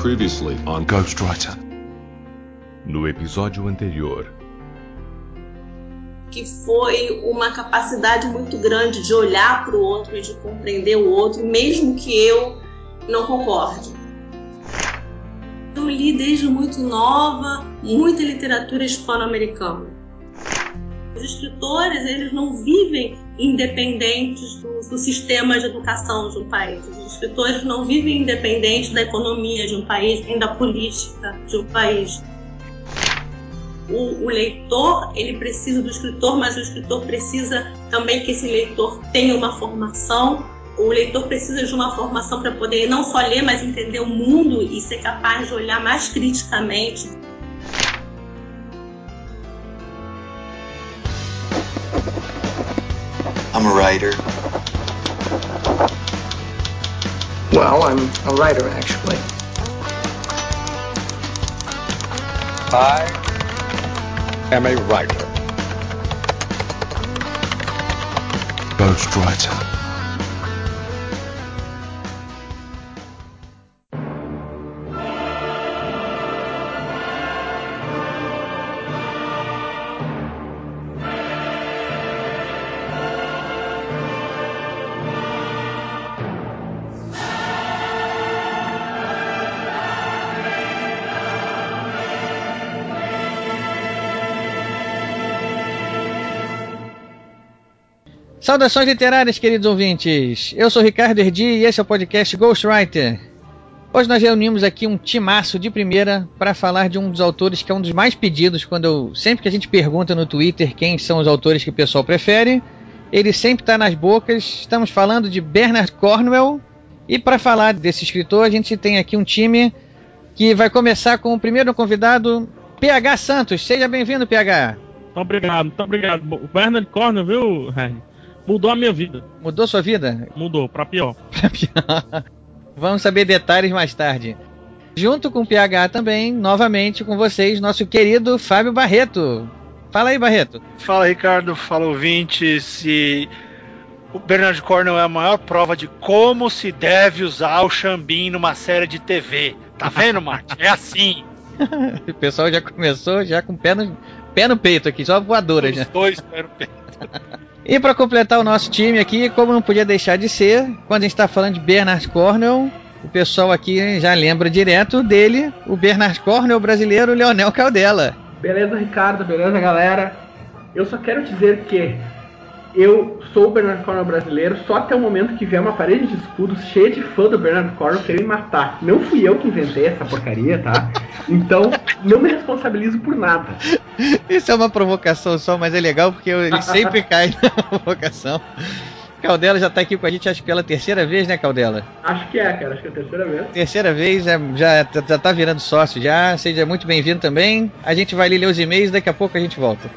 Previously on Ghostwriter. No episódio anterior. Que foi uma capacidade muito grande de olhar para o outro e de compreender o outro, mesmo que eu não concorde. Eu li desde muito nova muita literatura hispano-americana. Os escritores, eles não vivem independentes do sistema de educação de um país. Os escritores não vivem independentes da economia de um país, nem da política de um país. O leitor, ele precisa do escritor, mas o escritor precisa também que esse leitor tenha uma formação. O leitor precisa de uma formação para poder não só ler, mas entender o mundo e ser capaz de olhar mais criticamente. I'm a writer. Well, I'm a writer, actually. I am a writer. Ghostwriter. Saudações literárias, queridos ouvintes. Eu sou Ricardo Erdi e esse é o podcast Ghostwriter. Hoje nós reunimos aqui um timaço de primeira para falar de um dos autores que é um dos mais pedidos sempre que a gente pergunta no Twitter quem são os autores que o pessoal prefere, ele sempre está nas bocas. Estamos falando de Bernard Cornwell e para falar desse escritor a gente tem aqui um time que vai começar com o primeiro convidado, PH Santos. Seja bem-vindo, PH. Muito obrigado. O Bernard Cornwell, viu, Harry? Mudou a minha vida. Mudou sua vida? Mudou, pra pior. Pra pior. Vamos saber detalhes mais tarde. Junto com o PH também, novamente com vocês, nosso querido Fábio Barreto. Fala aí, Barreto. Fala, Ricardo. Fala, ouvintes. E o Bernard Cornwell é a maior prova de como se deve usar o Xambim numa série de TV. Tá vendo, Martin? É assim. O pessoal já começou já com pé no peito aqui, só voadora já. Os dois pé no peito. E para completar o nosso time aqui, como não podia deixar de ser, quando a gente está falando de Bernard Cornwell, o pessoal aqui já lembra direto dele, o Bernard Cornwell brasileiro, Leonel Caldela. Beleza, Ricardo? Beleza, galera? Eu só quero dizer que eu sou o Bernard Cornwell brasileiro só até o momento que vier uma parede de escudos cheia de fã do Bernard Cornwell querer me matar. Não fui eu que inventei essa porcaria, tá? Então, não me responsabilizo por nada. Isso é uma provocação só, mas é legal porque ele sempre cai na provocação. Caldela já tá aqui com a gente, acho que pela terceira vez, né, Caldela? Acho que é, cara. Acho que é a terceira vez. Terceira vez, já tá virando sócio já. Seja muito bem-vindo também. A gente vai ler os e-mails, daqui a pouco a gente volta.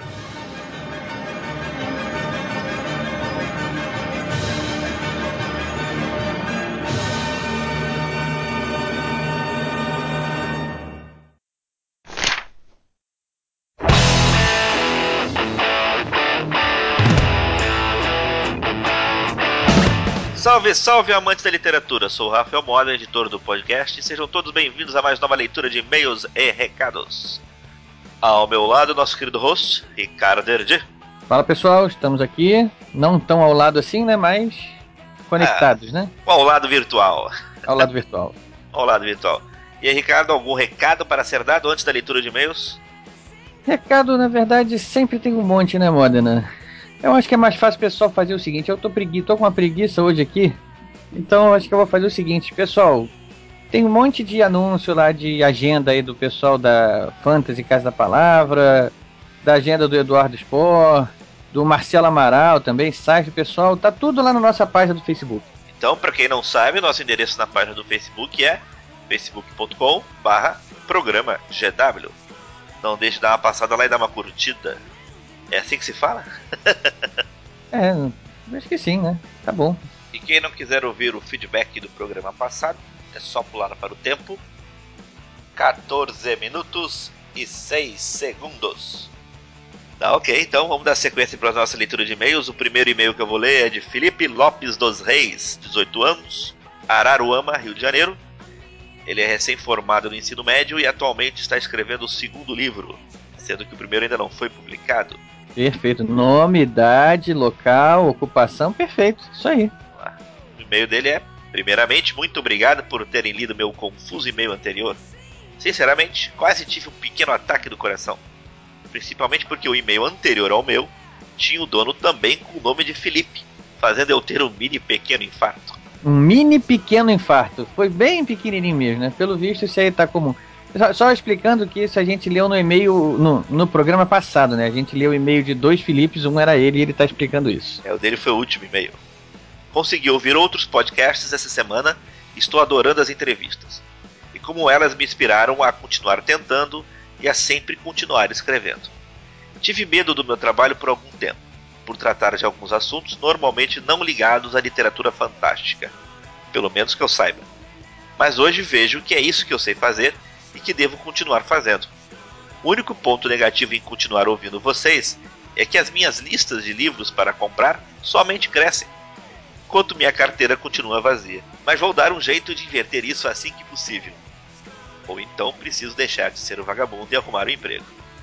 Salve, salve, amantes da literatura! Sou o Rafael Moda, editor do podcast, e sejam todos bem-vindos a mais nova leitura de e-mails e recados. Ao meu lado, nosso querido host, Ricardo Erdi. Fala, pessoal, estamos aqui, não tão ao lado assim, né, mas conectados, né? Ao lado virtual. Ao lado virtual. Ao lado virtual. E aí, Ricardo, algum recado para ser dado antes da leitura de e-mails? Recado, na verdade, sempre tem um monte, né, Modena? Eu acho que é mais fácil o pessoal fazer o seguinte, tô com uma preguiça hoje aqui, então eu acho que eu vou fazer o seguinte, pessoal, tem um monte de anúncio lá de agenda aí do pessoal da Fantasy Casa da Palavra, da agenda do Eduardo Spohr, do Marcelo Amaral também, site, pessoal, tá tudo lá na nossa página do Facebook. Então, pra quem não sabe, nosso endereço na página do Facebook é facebook.com/programa GW. Não deixe de dar uma passada lá e dar uma curtida. É assim que se fala? Acho que sim, né? Tá bom. E quem não quiser ouvir o feedback do programa passado, é só pular para o tempo. 14 minutos e 6 segundos. Tá, ok, então vamos dar sequência para a nossa leitura de e-mails. O primeiro e-mail que eu vou ler é de Felipe Lopes dos Reis, 18 anos, Araruama, Rio de Janeiro. Ele é recém-formado no ensino médio e atualmente está escrevendo o segundo livro, sendo que o primeiro ainda não foi publicado. Perfeito. Nome, idade, local, ocupação, perfeito. Isso aí. O e-mail dele é: primeiramente, muito obrigado por terem lido meu confuso e-mail anterior. Sinceramente, quase tive um pequeno ataque do coração. Principalmente porque o e-mail anterior ao meu tinha o dono também com o nome de Felipe, fazendo eu ter um mini pequeno infarto. Um mini pequeno infarto. Foi bem pequenininho mesmo, né? Pelo visto isso aí tá comum. Só explicando que isso a gente leu no e-mail, no programa passado, né? A gente leu o e-mail de 2 Filipes, um era ele e ele tá explicando isso. O dele foi o último e-mail. Consegui ouvir outros podcasts essa semana e estou adorando as entrevistas. E como elas me inspiraram a continuar tentando e a sempre continuar escrevendo. Tive medo do meu trabalho por algum tempo, por tratar de alguns assuntos normalmente não ligados à literatura fantástica. Pelo menos que eu saiba. Mas hoje vejo que é isso que eu sei fazer e que devo continuar fazendo. O único ponto negativo em continuar ouvindo vocês é que as minhas listas de livros para comprar somente crescem, enquanto minha carteira continua vazia. Mas vou dar um jeito de inverter isso assim que possível. Ou então preciso deixar de ser um vagabundo e arrumar um emprego.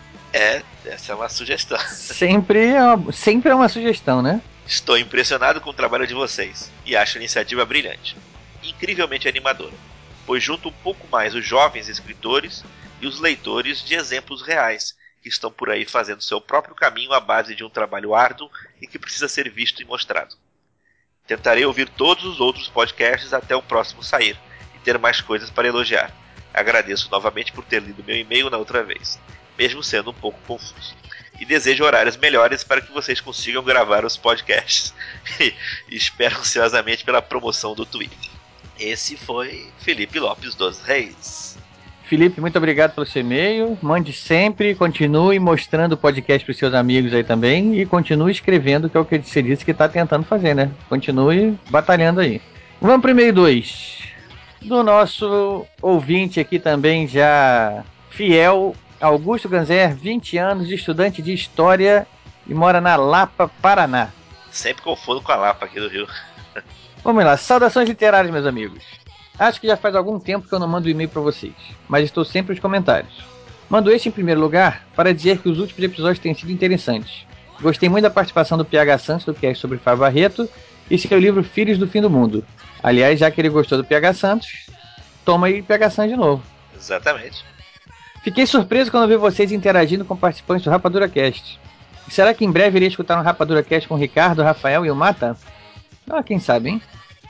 Essa é uma sugestão. Sempre é uma sugestão, né? Estou impressionado com o trabalho de vocês e acho a iniciativa brilhante. Incrivelmente animadora, pois junta um pouco mais os jovens escritores e os leitores de exemplos reais que estão por aí fazendo seu próprio caminho à base de um trabalho árduo e que precisa ser visto e mostrado. Tentarei ouvir todos os outros podcasts até o próximo sair e ter mais coisas para elogiar. Agradeço novamente por ter lido meu e-mail na outra vez, mesmo sendo um pouco confuso. E desejo horários melhores para que vocês consigam gravar os podcasts. E espero ansiosamente pela promoção do Twitter. Esse foi Felipe Lopes dos Reis. Felipe, muito obrigado pelo seu e-mail. Mande sempre, continue mostrando o podcast para os seus amigos aí também. E continue escrevendo, que é o que você disse que está tentando fazer, né? Continue batalhando aí. Vamos para o e-mail 2. Do nosso ouvinte aqui também, já fiel, Augusto Ganzer, 20 anos, estudante de História e mora na Lapa, Paraná. Sempre confundo com a Lapa aqui do Rio. Vamos lá, saudações literárias, meus amigos. Acho que já faz algum tempo que eu não mando e-mail para vocês, mas estou sempre nos comentários. Mando este em primeiro lugar para dizer que os últimos episódios têm sido interessantes. Gostei muito da participação do PH Santos do cast sobre Fábio Barreto e seu livro Filhos do Fim do Mundo. Aliás, já que ele gostou do PH Santos, toma aí PH Santos de novo. Exatamente. Fiquei surpreso quando vi vocês interagindo com participantes do Rapadura Cast. Será que em breve irei escutar um Rapadura Cast com o Ricardo, o Rafael e o Mata? Ah, quem sabe, hein?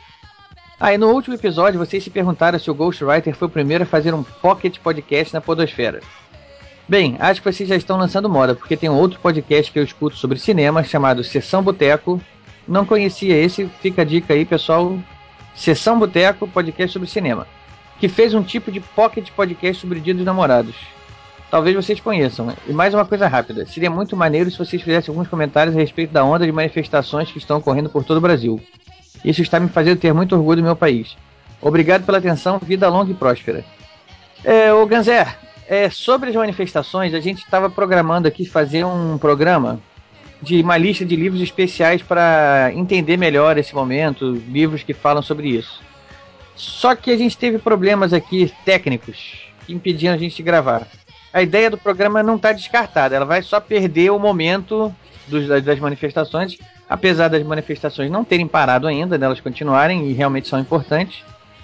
E no último episódio vocês se perguntaram se o Ghostwriter foi o primeiro a fazer um Pocket Podcast na podosfera. Bem, acho que vocês já estão lançando moda, porque tem um outro podcast que eu escuto sobre cinema, chamado Sessão Boteco. Não conhecia esse, fica a dica aí, pessoal. Sessão Boteco, podcast sobre cinema, que fez um tipo de Pocket Podcast sobre Dia dos Namorados. Talvez vocês conheçam. E mais uma coisa rápida, seria muito maneiro se vocês fizessem alguns comentários a respeito da onda de manifestações que estão ocorrendo por todo o Brasil. Isso está me fazendo ter muito orgulho do meu país. Obrigado pela atenção, vida longa e próspera. Ô Ganzer, sobre as manifestações, a gente estava programando aqui fazer um programa de uma lista de livros especiais para entender melhor esse momento, livros que falam sobre isso. Só que a gente teve problemas aqui técnicos que impediam a gente de gravar. A ideia do programa não está descartada, ela vai só perder o momento das manifestações, apesar das manifestações não terem parado ainda, delas continuarem e realmente são importantes.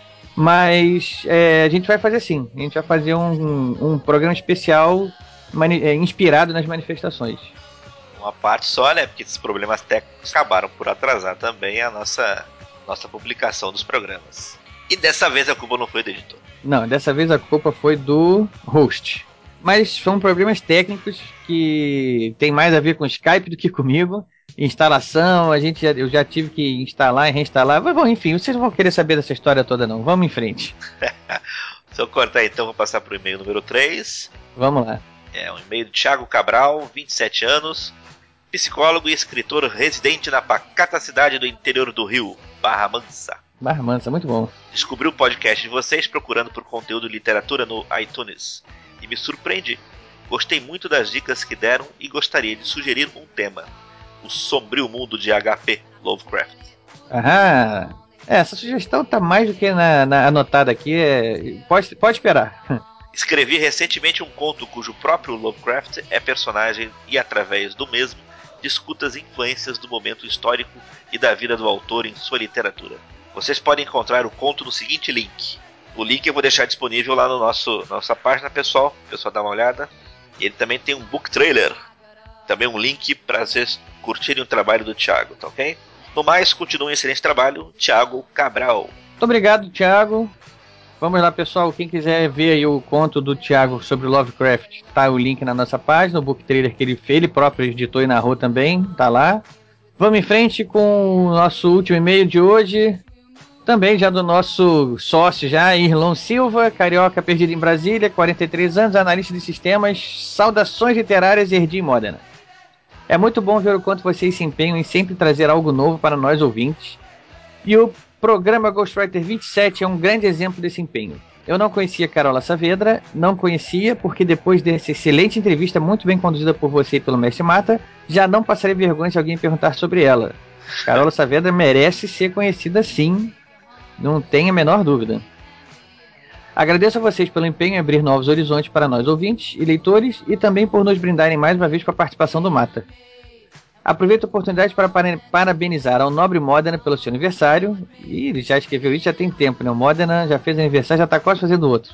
Mas a gente vai fazer sim, a gente vai fazer um programa especial inspirado nas manifestações. Uma parte só, né? Porque esses problemas técnicos acabaram por atrasar também a nossa publicação dos programas. E dessa vez a culpa não foi do editor. Não, dessa vez a culpa foi do host. Mas são problemas técnicos que tem mais a ver com o Skype do que comigo. Instalação, eu já tive que instalar e reinstalar. Mas, bom, enfim, vocês não vão querer saber dessa história toda não. Vamos em frente. Se eu cortar então, vou passar para o e-mail número 3. Vamos lá. É um e-mail do Thiago Cabral, 27 anos, psicólogo e escritor residente na pacata cidade do interior do Rio, Barra Mansa. Barra Mansa, muito bom. Descobri o podcast de vocês procurando por conteúdo de literatura no iTunes. E me surpreendi. Gostei muito das dicas que deram e gostaria de sugerir um tema. O sombrio mundo de HP Lovecraft. Essa sugestão tá mais do que anotada aqui. Pode esperar. Escrevi recentemente um conto cujo próprio Lovecraft é personagem e, através do mesmo, discuta as influências do momento histórico e da vida do autor em sua literatura. Vocês podem encontrar o conto no seguinte link. O link eu vou deixar disponível lá no nossa página, pessoal. O pessoal dá uma olhada. E ele também tem um book trailer. Também um link para vocês curtirem o trabalho do Thiago, tá ok? No mais, continue um excelente trabalho, Thiago Cabral. Muito obrigado, Thiago. Vamos lá, pessoal. Quem quiser ver aí o conto do Thiago sobre Lovecraft, tá o link na nossa página, o book trailer que ele fez, ele próprio editou e narrou também, tá lá. Vamos em frente com o nosso último e-mail de hoje. Também já do nosso sócio já, Irlon Silva, carioca perdido em Brasília, 43 anos, analista de sistemas. Saudações literárias, Erdi e Modena. É muito bom ver o quanto vocês se empenham em sempre trazer algo novo para nós ouvintes. E o programa Ghostwriter 27 é um grande exemplo desse empenho. Eu não conhecia Carola Saavedra, não conhecia, porque depois dessa excelente entrevista muito bem conduzida por você e pelo Mestre Mata, já não passarei vergonha se alguém perguntar sobre ela. Carola Saavedra merece ser conhecida sim, não tenha a menor dúvida. Agradeço a vocês pelo empenho em abrir novos horizontes para nós ouvintes e leitores e também por nos brindarem mais uma vez com a participação do Mata. Aproveito a oportunidade para parabenizar ao nobre Modena pelo seu aniversário. E ele já escreveu isso já tem tempo, né? O Modena já fez aniversário, já está quase fazendo outro.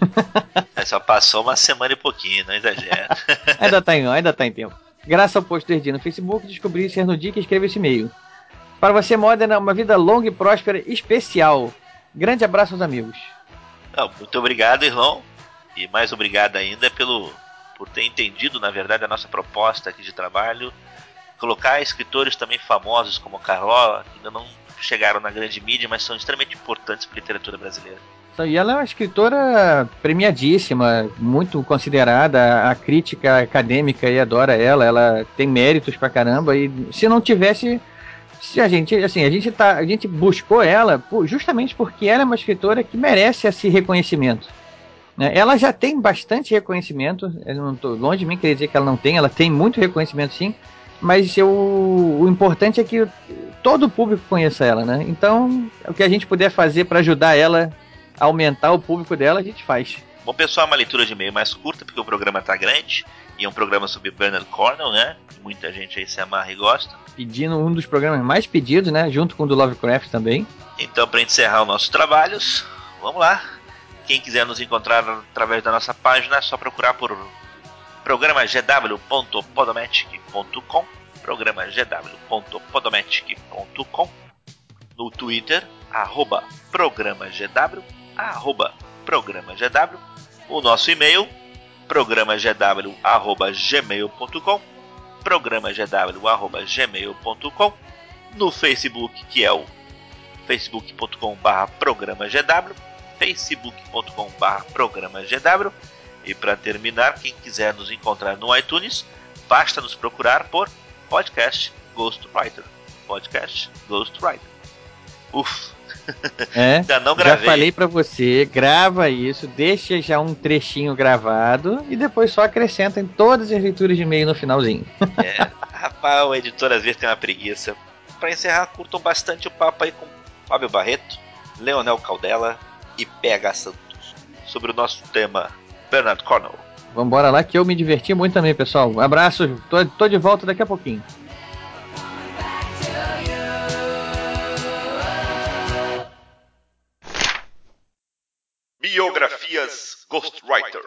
Só passou uma semana e pouquinho, não exagera. ainda tá em tempo. Graças ao post do Erdi no Facebook, descobri ser no dia que escreveu esse e-mail. Para você, Modena, uma vida longa e próspera especial. Grande abraço aos amigos. Muito obrigado, irmão. E mais obrigado ainda por ter entendido, na verdade, a nossa proposta aqui de trabalho. Colocar escritores também famosos como Carola, que ainda não chegaram na grande mídia, mas são extremamente importantes para a literatura brasileira. E ela é uma escritora premiadíssima, muito considerada, a crítica acadêmica e adora ela tem méritos pra caramba, e se não tivesse... A gente buscou ela justamente porque ela é uma escritora que merece esse reconhecimento. Ela já tem bastante reconhecimento, eu não tô longe de mim querer dizer que ela não tem, ela tem muito reconhecimento sim, mas o importante é que todo o público conheça ela, né? Então, o que a gente puder fazer para ajudar ela a aumentar o público dela, a gente faz. Bom, pessoal, uma leitura de e-mail mais curta, porque o programa tá grande, e é um programa sobre Bernard Cornwell, né? Muita gente aí se amarra e gosta. Pedindo um dos programas mais pedidos, né? Junto com o do Lovecraft também. Então, para encerrar os nossos trabalhos, vamos lá. Quem quiser nos encontrar através da nossa página, é só procurar por programagw.podomatic.com, programagw.podomatic.com, no Twitter, @programagw, @programagw, o nosso e-mail, programagw@gmail.com, programagw@gmail.com, no Facebook, que é o facebook.com/programagw, facebook.com/programagw. E para terminar, quem quiser nos encontrar no iTunes, basta nos procurar por Podcast Ghostwriter. Podcast Ghostwriter. Ainda não gravei. Já falei pra você, grava isso, deixa já um trechinho gravado e depois só acrescenta em todas as leituras de e-mail no finalzinho. Rapaz, o editor às vezes tem uma preguiça. Para encerrar, curtam bastante o papo aí com Fábio Barreto, Leonel Caldela e PH Santos sobre o nosso tema Bernard Cornwell. Vambora lá que eu me diverti muito também, pessoal. Um abraço, tô de volta daqui a pouquinho. Biografias Ghostwriter.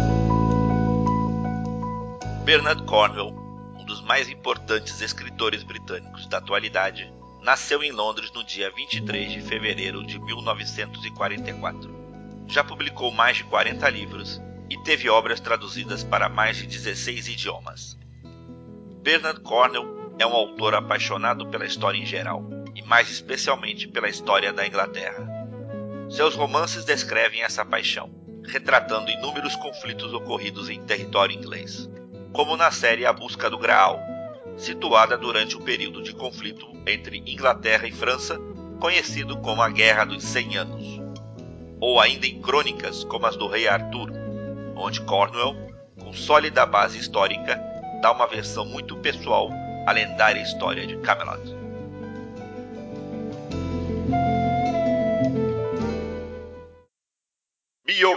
Bernard Cornwell, um dos mais importantes escritores britânicos da atualidade, nasceu em Londres no dia 23 de fevereiro de 1944. Já publicou mais de 40 livros e teve obras traduzidas para mais de 16 idiomas. Bernard Cornwell é um autor apaixonado pela história em geral, e mais especialmente pela história da Inglaterra. Seus romances descrevem essa paixão, retratando inúmeros conflitos ocorridos em território inglês, como na série A Busca do Graal, situada durante o período de conflito entre Inglaterra e França, conhecido como a Guerra dos 100 Anos, ou ainda em crônicas como as do Rei Arthur, onde Cornwell, com sólida base histórica, dá uma versão muito pessoal à lendária história de Camelot.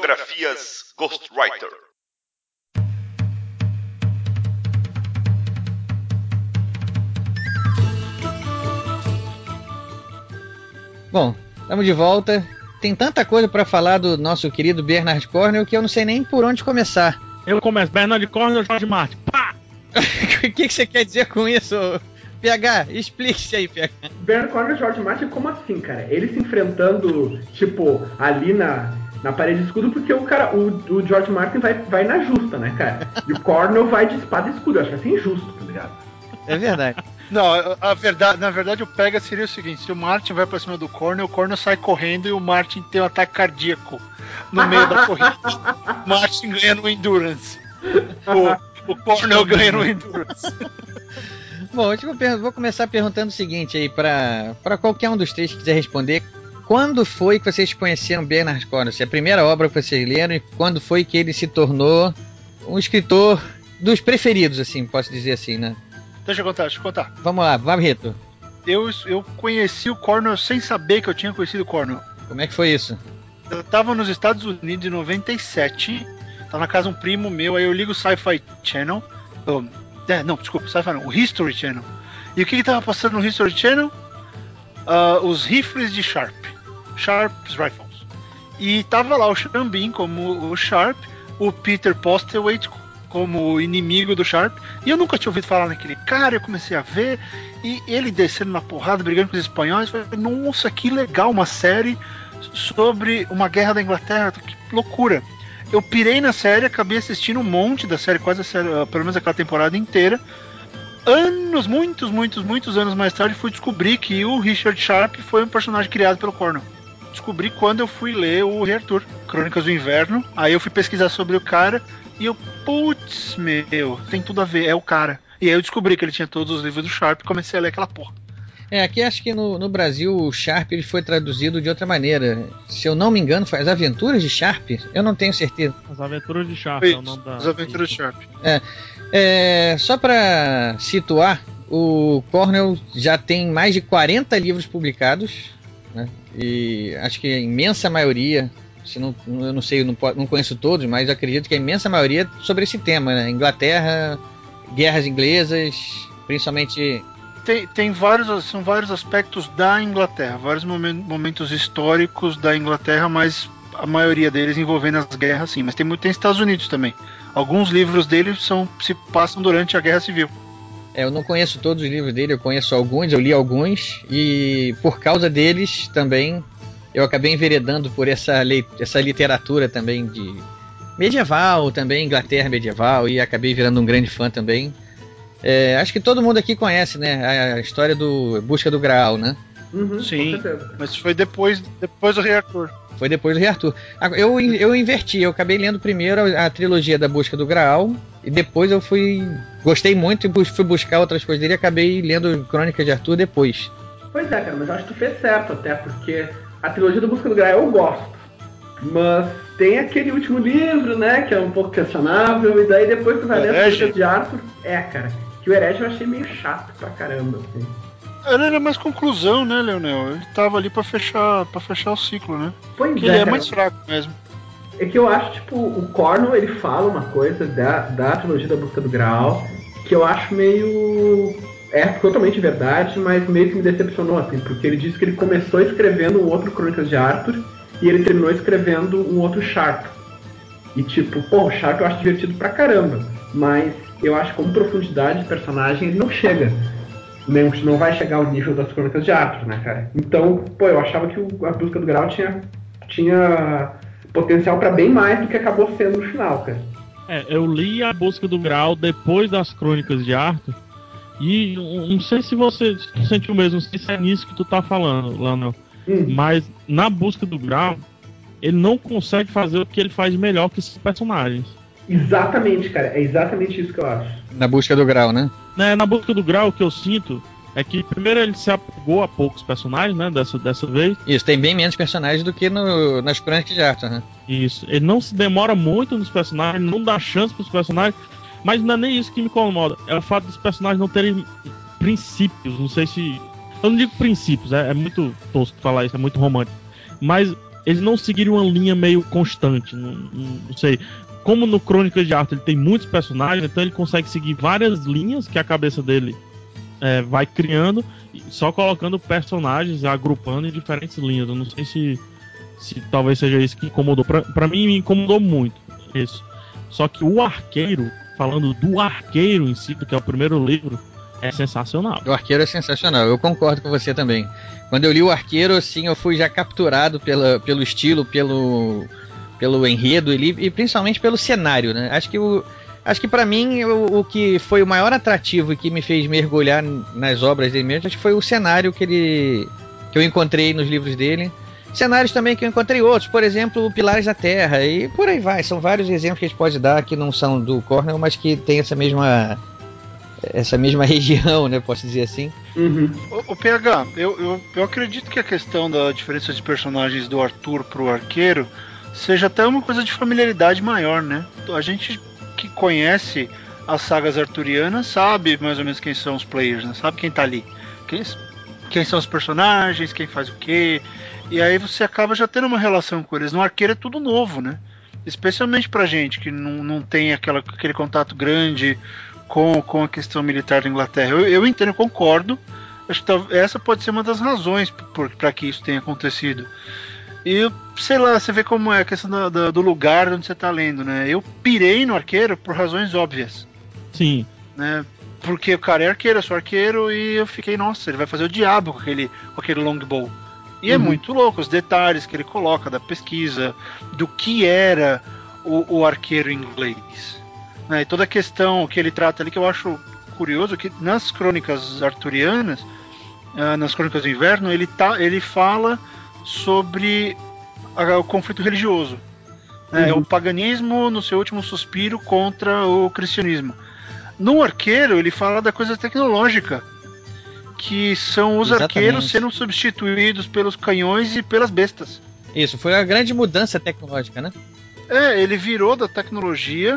Biografias Ghostwriter. Bom, estamos de volta. Tem tanta coisa para falar do nosso querido Bernard Cornwell que eu não sei nem por onde começar. Eu começo. Bernard Cornwell e George Martin. Pá! O que você quer dizer com isso, PH? Explique-se aí, PH. Bernard Cornwell e George Martin, como assim, cara? Eles se enfrentando, tipo, ali na parede de escudo, porque o George Martin vai na justa, né, cara? E o Cornwell vai de espada e escudo. Eu acho assim injusto, tá ligado? É verdade. Não, na verdade o pega seria o seguinte: se o Martin vai pra cima do Cornwell, o Cornwell sai correndo e o Martin tem um ataque cardíaco no meio da corrida. O Martin ganha no Endurance. O Cornwell ganha no Endurance. Bom, vou começar perguntando o seguinte aí, pra qualquer um dos três que quiser responder. Quando foi que vocês conheceram Bernard Cornwell? Se é a primeira obra que vocês leram, e quando foi que ele se tornou um escritor dos preferidos, assim, posso dizer assim, né? Deixa eu contar. Vamos lá, Barreto. Eu conheci o Cornwell sem saber que eu tinha conhecido o Cornwell. Como é que foi isso? Eu tava nos Estados Unidos em 97, tava na casa de um primo meu, aí eu ligo o Sci-Fi Channel. Sci-Fi não, o History Channel. E o que tava passando no History Channel? Os rifles de Sharp's Rifles. E tava lá o Sean Bean como o Sharp, o Peter Postlethwaite como inimigo do Sharp, e eu nunca tinha ouvido falar naquele cara. Eu comecei a ver, e ele descendo na porrada, brigando com os espanhóis. Falei, nossa, que legal, uma série sobre uma guerra da Inglaterra, que loucura. Eu pirei na série, acabei assistindo um monte da série, quase a série, pelo menos aquela temporada inteira. Muitos anos mais tarde, fui descobrir que o Richard Sharp foi um personagem criado pelo Cornwell. Descobri quando eu fui ler o Rei Arthur, Crônicas do Inverno. Aí eu fui pesquisar sobre o cara e eu, putz, meu, tem tudo a ver, é o cara. E aí eu descobri que ele tinha todos os livros do Sharp e comecei a ler aquela porra. Aqui acho que no Brasil o Sharp ele foi traduzido de outra maneira. Se eu não me engano, foi As Aventuras de Sharp? Eu não tenho certeza. As Aventuras de Sharp é o nome da... As Aventuras de Sharp. Só para situar, o Cornwell já tem mais de 40 livros publicados, né? E acho que a imensa maioria, eu não sei, não conheço todos, mas acredito que a imensa maioria é sobre esse tema, né? Inglaterra, guerras inglesas, principalmente... São vários aspectos da Inglaterra, vários momentos históricos da Inglaterra, mas a maioria deles envolvendo as guerras, sim. Mas tem Estados Unidos também. Alguns livros dele se passam durante a Guerra Civil. Eu não conheço todos os livros dele, eu conheço alguns, eu li alguns, e por causa deles também eu acabei enveredando por essa literatura também de medieval, também Inglaterra medieval, e acabei virando um grande fã também. Acho que todo mundo aqui conhece, né, a história do Busca do Graal, né? Sim, mas foi depois do Rei Arthur. Foi depois do Rei Arthur. Eu inverti, eu acabei lendo primeiro a trilogia da Busca do Graal, e depois eu gostei muito e fui buscar outras coisas dele e acabei lendo Crônicas de Arthur depois. Pois é, cara, mas eu acho que tu fez certo até, porque a trilogia da Busca do Graal eu gosto, mas tem aquele último livro, né, que é um pouco questionável, e daí depois tu vai ler a Crônicas de Arthur, cara, que o Herege eu achei meio chato pra caramba, assim. Ele era mais conclusão, né, Leonel? Ele tava ali pra fechar o ciclo, né? Pois ele é mais fraco mesmo. É que eu acho, tipo, o Cornwell, ele fala uma coisa da trilogia da Busca do Graal que eu acho meio... totalmente verdade, mas meio que me decepcionou, assim, porque ele disse que ele começou escrevendo um outro Crônicas de Arthur e ele terminou escrevendo um outro Sharp. E tipo, o Sharp eu acho divertido pra caramba, mas eu acho que como profundidade de personagem ele não chega. Não vai chegar ao nível das Crônicas de Arthur, né, cara? Então, eu achava que a Busca do Graal tinha potencial pra bem mais do que acabou sendo no final, cara. Eu li a Busca do Graal depois das Crônicas de Arthur, e não sei se você sentiu mesmo, não sei se é nisso que tu tá falando, Leonel, mas na Busca do Graal, ele não consegue fazer o que ele faz melhor que esses personagens. Exatamente, cara, é exatamente isso que eu acho. Na Busca do Graal, né? Na Busca do Graal, o que eu sinto é que primeiro ele se apegou a poucos personagens, né, dessa vez. Isso, tem bem menos personagens do que nas Crônicas de Arthur, né? Isso, ele não se demora muito nos personagens, não dá chance pros personagens, mas não é nem isso que me incomoda, é o fato dos personagens não terem princípios, não sei se... Eu não digo princípios, é muito tosco falar isso, é muito romântico, mas eles não seguiram uma linha meio constante, não sei. Como no Crônicas de Arthur ele tem muitos personagens, então ele consegue seguir várias linhas que a cabeça dele vai criando, só colocando personagens, agrupando em diferentes linhas. Eu não sei se talvez seja isso que incomodou. Pra mim, me incomodou muito isso. Só que o Arqueiro, falando do Arqueiro em si, que é o primeiro livro, é sensacional. O Arqueiro é sensacional, eu concordo com você também. Quando eu li o Arqueiro, assim, eu fui já capturado pelo estilo, pelo enredo e principalmente pelo cenário, né? Acho que pra mim o que foi o maior atrativo e que me fez mergulhar nas obras dele mesmo, acho que foi o cenário que eu encontrei nos livros dele. Cenários também que eu encontrei outros, por exemplo, Pilares da Terra, e por aí vai. São vários exemplos que a gente pode dar que não são do Cornell, mas que tem essa mesma região, né? Posso dizer assim. Uhum. O PH, eu acredito que a questão da diferença de personagens do Arthur pro Arqueiro seja até uma coisa de familiaridade maior, né? A gente que conhece as sagas arturianas sabe mais ou menos quem são os players, né? Sabe quem tá ali. Quem são os personagens, quem faz o quê. E aí você acaba já tendo uma relação com eles. No Arqueiro é tudo novo, né? Especialmente pra gente que não tem aquele contato grande com a questão militar da Inglaterra. Eu entendo, eu concordo. Acho que essa pode ser uma das razões para que isso tenha acontecido. E, sei lá, você vê como é a questão do lugar onde você tá lendo, né? Eu pirei no Arqueiro por razões óbvias. Sim. Né? Porque o cara é arqueiro, eu sou arqueiro, e eu fiquei, nossa, ele vai fazer o diabo com aquele longbow. E é muito louco os detalhes que ele coloca da pesquisa, do que era o arqueiro inglês. Né? E toda a questão que ele trata ali, que eu acho curioso, que nas crônicas arturianas, nas crônicas do inverno, ele fala sobre o conflito religioso. Né? O paganismo no seu último suspiro contra o cristianismo. No Arqueiro, ele fala da coisa tecnológica, que são os arqueiros sendo substituídos pelos canhões e pelas bestas. Isso, foi a grande mudança tecnológica, né? Ele virou da tecnologia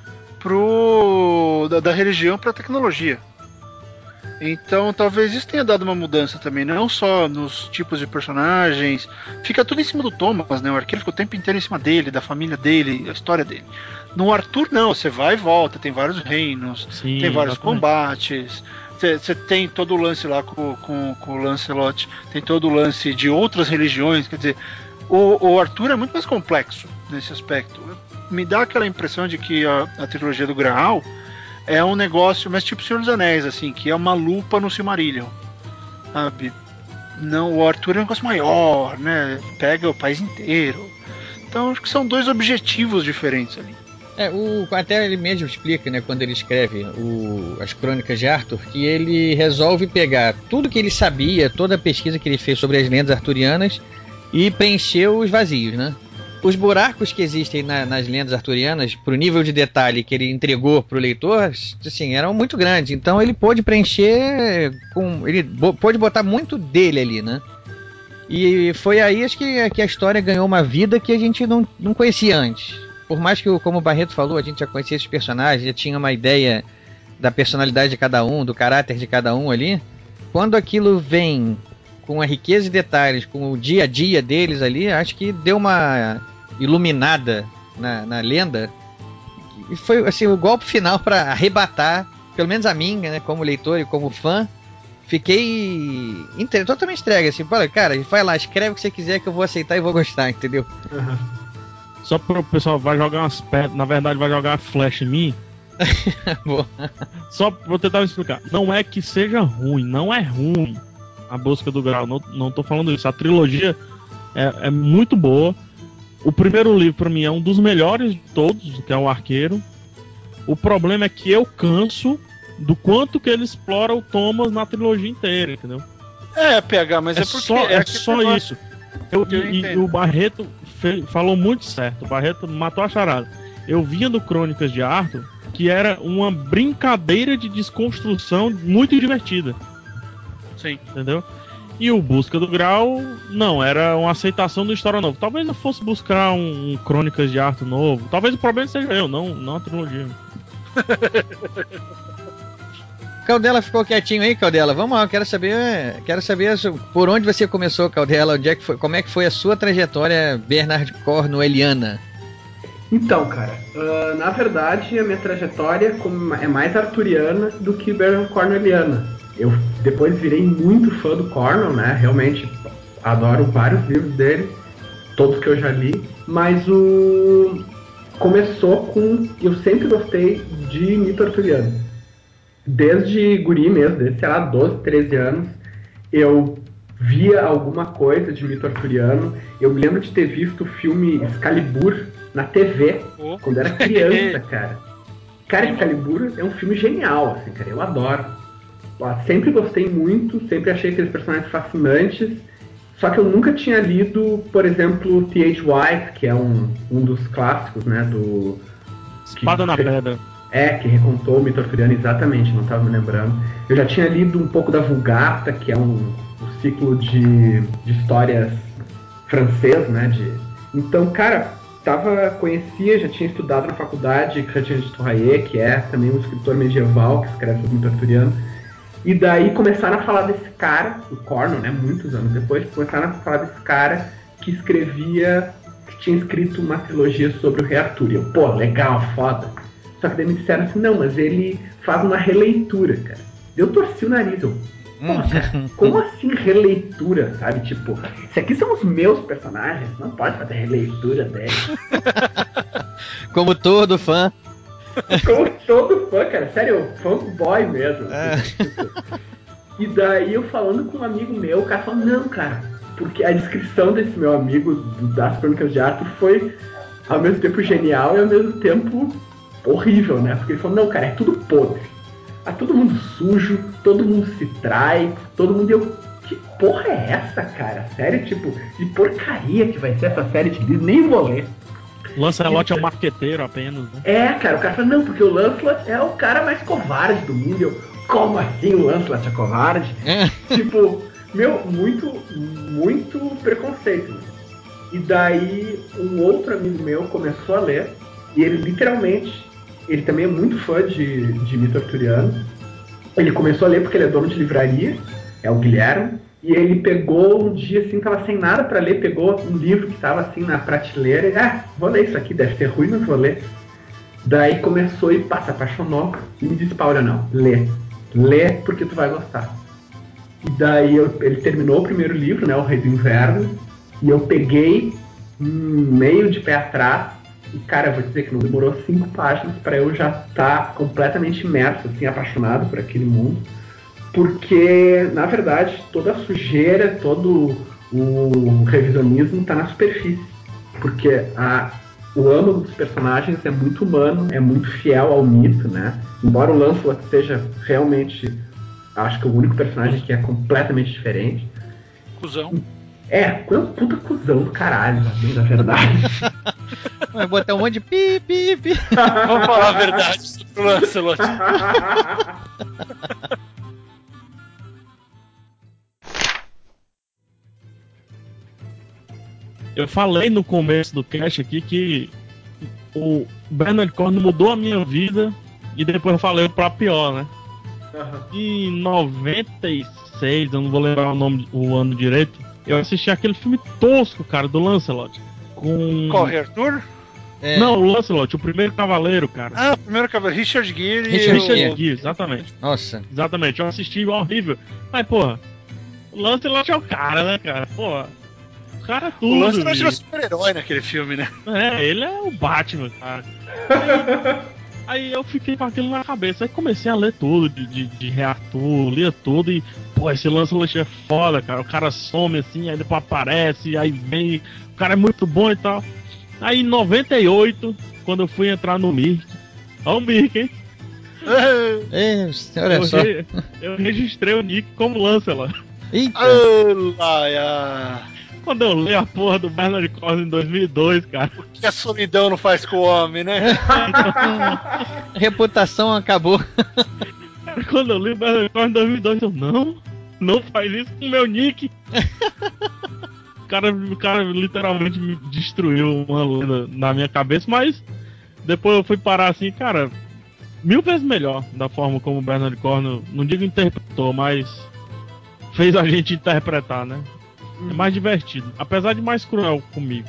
da religião para a tecnologia. Então talvez isso tenha dado uma mudança também, não só nos tipos de personagens. Fica tudo em cima do Thomas, né? O arqueiro fica o tempo inteiro em cima dele, da família dele, a história dele. No Arthur não, você vai e volta, tem vários reinos, sim, tem vários exatamente. combates, você tem todo o lance lá com o Lancelot, tem todo o lance de outras religiões, quer dizer, o Arthur é muito mais complexo nesse aspecto. Me dá aquela impressão de que a trilogia do Graal é um negócio, mas tipo Senhor dos Anéis, assim, que é uma lupa no Silmarillion, sabe? Não, o Arthur é um negócio maior, né? Pega o país inteiro. Então acho que são dois objetivos diferentes ali. Até ele mesmo explica, né, quando ele escreve as Crônicas de Arthur, que ele resolve pegar tudo que ele sabia, toda a pesquisa que ele fez sobre as lendas arturianas e preencher os vazios, né? Os buracos que existem nas lendas arturianas, pro nível de detalhe que ele entregou pro leitor, assim, eram muito grandes. Então ele pôde preencher ele pôde botar muito dele ali, né? E foi aí acho que a história ganhou uma vida que a gente não conhecia antes. Por mais que, como o Barreto falou, a gente já conhecia esses personagens, já tinha uma ideia da personalidade de cada um, do caráter de cada um ali. Quando aquilo vem com a riqueza de detalhes, com o dia a dia deles ali, acho que deu uma iluminada na lenda. E foi assim, o golpe final para arrebatar, pelo menos a mim, né, como leitor e como fã. Fiquei totalmente entregue, assim, cara, vai lá, escreve o que você quiser que eu vou aceitar e vou gostar, entendeu? Só pro pessoal, vai jogar umas pedras, na verdade vai jogar flash em mim. Só vou tentar me explicar. Não é que seja ruim, não é ruim a Busca do Graal, não tô falando isso. A trilogia é muito boa. O primeiro livro pra mim é um dos melhores de todos, que é o Arqueiro. O problema é que eu canso do quanto que ele explora o Thomas na trilogia inteira, entendeu? PH, mas é porque é só isso. E o Barreto falou muito certo. O Barreto matou a charada. Eu via no Crônicas de Arthur que era uma brincadeira de desconstrução muito divertida. Sim. Entendeu? E o Busca do Graal, não, era uma aceitação do história nova. Talvez eu fosse buscar um Crônicas de Arthur novo. Talvez o problema seja eu, não a trilogia. Caldela ficou quietinho aí, Caldela. Vamos lá, eu quero saber por onde você começou, Caldela. Onde é que foi, como é que foi a sua trajetória Bernard Cornwelliana? Então, cara, na verdade a minha trajetória é mais arturiana do que Bernard Cornwelliana. Eu depois virei muito fã do Cornwell, né? Realmente adoro vários livros dele, todos que eu já li, mas começou com... Eu sempre gostei de mito arturiano. Desde guri mesmo, desde, sei lá, 12, 13 anos, eu via alguma coisa de mito arturiano. Eu me lembro de ter visto o filme Excalibur na TV, quando era criança, cara. Cara, Excalibur é um filme genial, assim, cara, eu adoro. Sempre gostei muito, sempre achei aqueles personagens fascinantes, só que eu nunca tinha lido, por exemplo, T.H. White, que é um dos clássicos, né, do... Espada na Pedra. Que recontou o mito arturiano, exatamente, não estava me lembrando. Eu já tinha lido um pouco da Vulgata, que é um ciclo de histórias francês, né? Então, cara, conhecia, já tinha estudado na faculdade Chrétien de Tourraillet, que é também um escritor medieval que escreve sobre o mito arturiano. E daí começaram a falar desse cara, o Cornwell, né? Muitos anos depois, começaram a falar desse cara que tinha escrito uma trilogia sobre o rei Arthur. E eu, pô, legal, foda. Só que daí me disseram assim, não, mas ele faz uma releitura, cara. Eu torci o nariz, pô, cara, como assim releitura, sabe? Tipo, se aqui são os meus personagens, não pode fazer releitura deles. Como todo fã. Como todo fã, cara, sério, fanboy mesmo. Tipo. E daí eu falando com um amigo meu, o cara falou, não, cara, porque a descrição desse meu amigo das Crônicas de Arthur foi ao mesmo tempo genial e ao mesmo tempo horrível, né? Porque ele falou, não, cara, é tudo podre. Todo mundo sujo, todo mundo se trai, todo mundo... Que porra é essa, cara? Sério, tipo, de porcaria que vai ser essa série de livros, nem vou ler. Lancelot é um marqueteiro apenas, né? Cara, o cara fala, não, porque o Lancelot é o cara mais covarde do mundo. Eu, como assim o Lancelot é covarde? Tipo, meu, muito preconceito. E daí um outro amigo meu começou a ler, e ele literalmente, ele também é muito fã de mito arturiano. Ele começou a ler porque ele é dono de livraria, é o Guilherme, e ele pegou um dia assim, tava sem nada pra ler, pegou um livro que tava assim na prateleira e, vou ler isso aqui, deve ser ruim, mas vou ler. Daí começou e se apaixonou e me disse, Paulo, não, lê porque tu vai gostar. E daí ele terminou o primeiro livro, né, O Rei do Inverno, e eu peguei meio de pé atrás, e cara, eu vou dizer que não demorou 5 páginas para eu já estar completamente imerso, assim, apaixonado por aquele mundo, porque, na verdade, toda a sujeira, todo o revisionismo está na superfície, porque o âmago dos personagens é muito humano, é muito fiel ao mito, né? Embora o Lancelot seja realmente, acho que o único personagem que é completamente diferente. Cusão. É um puta cuzão do caralho, na verdade. Vai botar um monte de pi. Vamos falar a verdade sobre o Lancelot. Eu falei no começo do cast aqui que o Bernard Cornwell mudou a minha vida e depois eu falei pra pior, né? Em 96, eu não vou lembrar o ano direito, eu assisti aquele filme tosco, cara, do Lancelot. Qual, Arthur? Não, o Lancelot, o primeiro cavaleiro, cara. O primeiro cavaleiro, Richard Gere. Richard Gere, exatamente. Nossa. Exatamente, eu assisti horrível. Mas, porra, o Lancelot é o cara, né, cara? Porra. O cara é tudo. O Lancelot é super-herói naquele filme, né? Ele é o Batman, cara. Aí eu fiquei com aquilo na cabeça. Aí comecei a ler tudo de Rei Arthur, lia tudo e, pô, esse Lancelot é foda, cara. O cara some assim, aí depois aparece, aí vem. O cara é muito bom e tal. Aí em 98, quando eu fui entrar no Mirk. Ó o Mirk, hein? Olha só. Eu registrei o nick como Lancelot. Eita. Quando eu li a porra do Bernard Cornwell em 2002, cara. O que a solidão não faz com o homem, né? A reputação acabou. Quando eu li o Bernard Cornwell em 2002, eu não faz isso com o meu nick. O cara literalmente me destruiu uma lenda na minha cabeça, mas depois eu fui parar assim, cara, 1000 vezes melhor da forma como o Bernard Cornwell, não digo interpretou, mas fez a gente interpretar, né? É mais divertido, apesar de mais cruel comigo.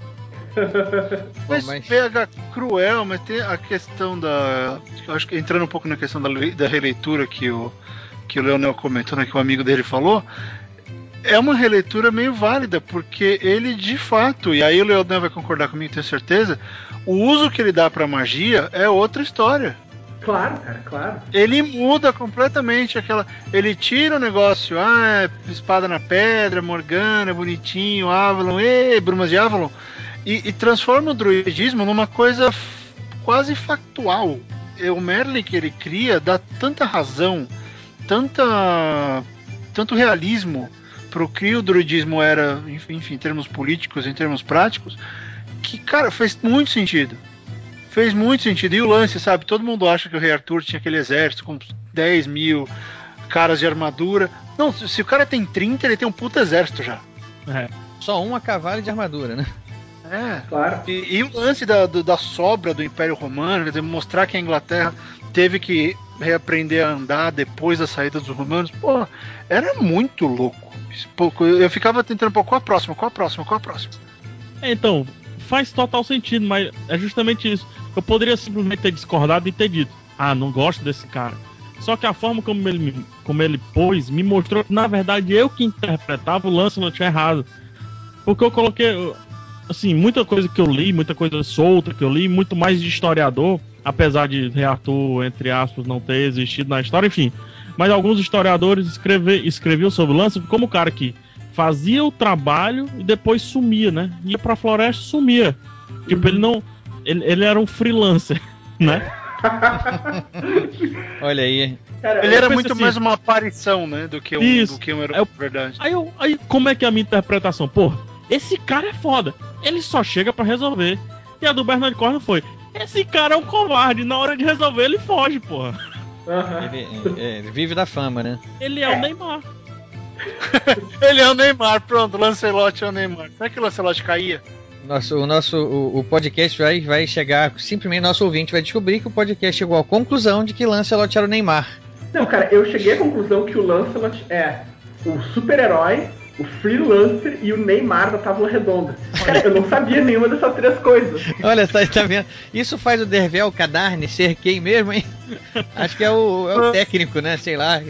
Mas pega cruel, mas tem a questão da... Eu acho que entrando um pouco na questão da releitura que o Leonel comentou, né, que o amigo dele falou, é uma releitura meio válida, porque ele de fato, e aí o Leonel vai concordar comigo, tenho certeza, o uso que ele dá pra magia é outra história. Claro, cara, claro. Ele muda completamente aquela... Ele tira o negócio, espada na pedra, Morgana, bonitinho, Avalon, Brumas de Avalon, e transforma o druidismo numa coisa quase factual. O Merlin que ele cria dá tanta razão, tanto realismo pro que o druidismo era, enfim, em termos políticos, em termos práticos, que, cara, fez muito sentido. Fez muito sentido. E o lance, sabe? Todo mundo acha que o Rei Arthur tinha aquele exército com 10 mil caras de armadura. Não, se o cara tem 30, ele tem um puta exército já. Só um a cavalo de armadura, né? Claro. E o lance da sobra do Império Romano, quer dizer, mostrar que a Inglaterra teve que reaprender a andar depois da saída dos romanos, pô, era muito louco. Eu ficava tentando, qual a próxima? Então, faz total sentido, mas é justamente isso. Eu poderia simplesmente ter discordado e ter dito, não gosto desse cara. Só que a forma como ele pôs me mostrou que, na verdade, eu que interpretava o Lancelot errado. Porque eu coloquei, assim, muita coisa que eu li, muita coisa solta que eu li, muito mais de historiador, apesar de Rei Arthur, entre aspas, não ter existido na história, enfim. Mas alguns historiadores escreviam sobre o Lancelot como o cara que fazia o trabalho e depois sumia, né? Ia pra floresta e sumia. Tipo, ele era um freelancer, né? Olha aí. Cara, ele era muito assim, mais uma aparição, né? Do que um herói, verdade. Aí, como é que é a minha interpretação? Pô, esse cara é foda. Ele só chega pra resolver. E a do Bernard Cornwell foi: esse cara é um covarde. Na hora de resolver, ele foge, porra. Ele vive da fama, né? Ele é o Neymar. Ele é o Neymar, pronto. Lancelot é o Neymar. Será que o Lancelot caía? O podcast vai chegar, simplesmente nosso ouvinte vai descobrir que o podcast chegou à conclusão de que Lancelot era o Neymar. Não, cara, eu cheguei à conclusão que o Lancelot é o super-herói, o freelancer e o Neymar da Tábua Redonda. Cara, eu não sabia nenhuma dessas três coisas. Olha, tá vendo? Isso faz o Dervel Cadarne ser quem mesmo, hein? Acho que é o técnico, né? Sei lá.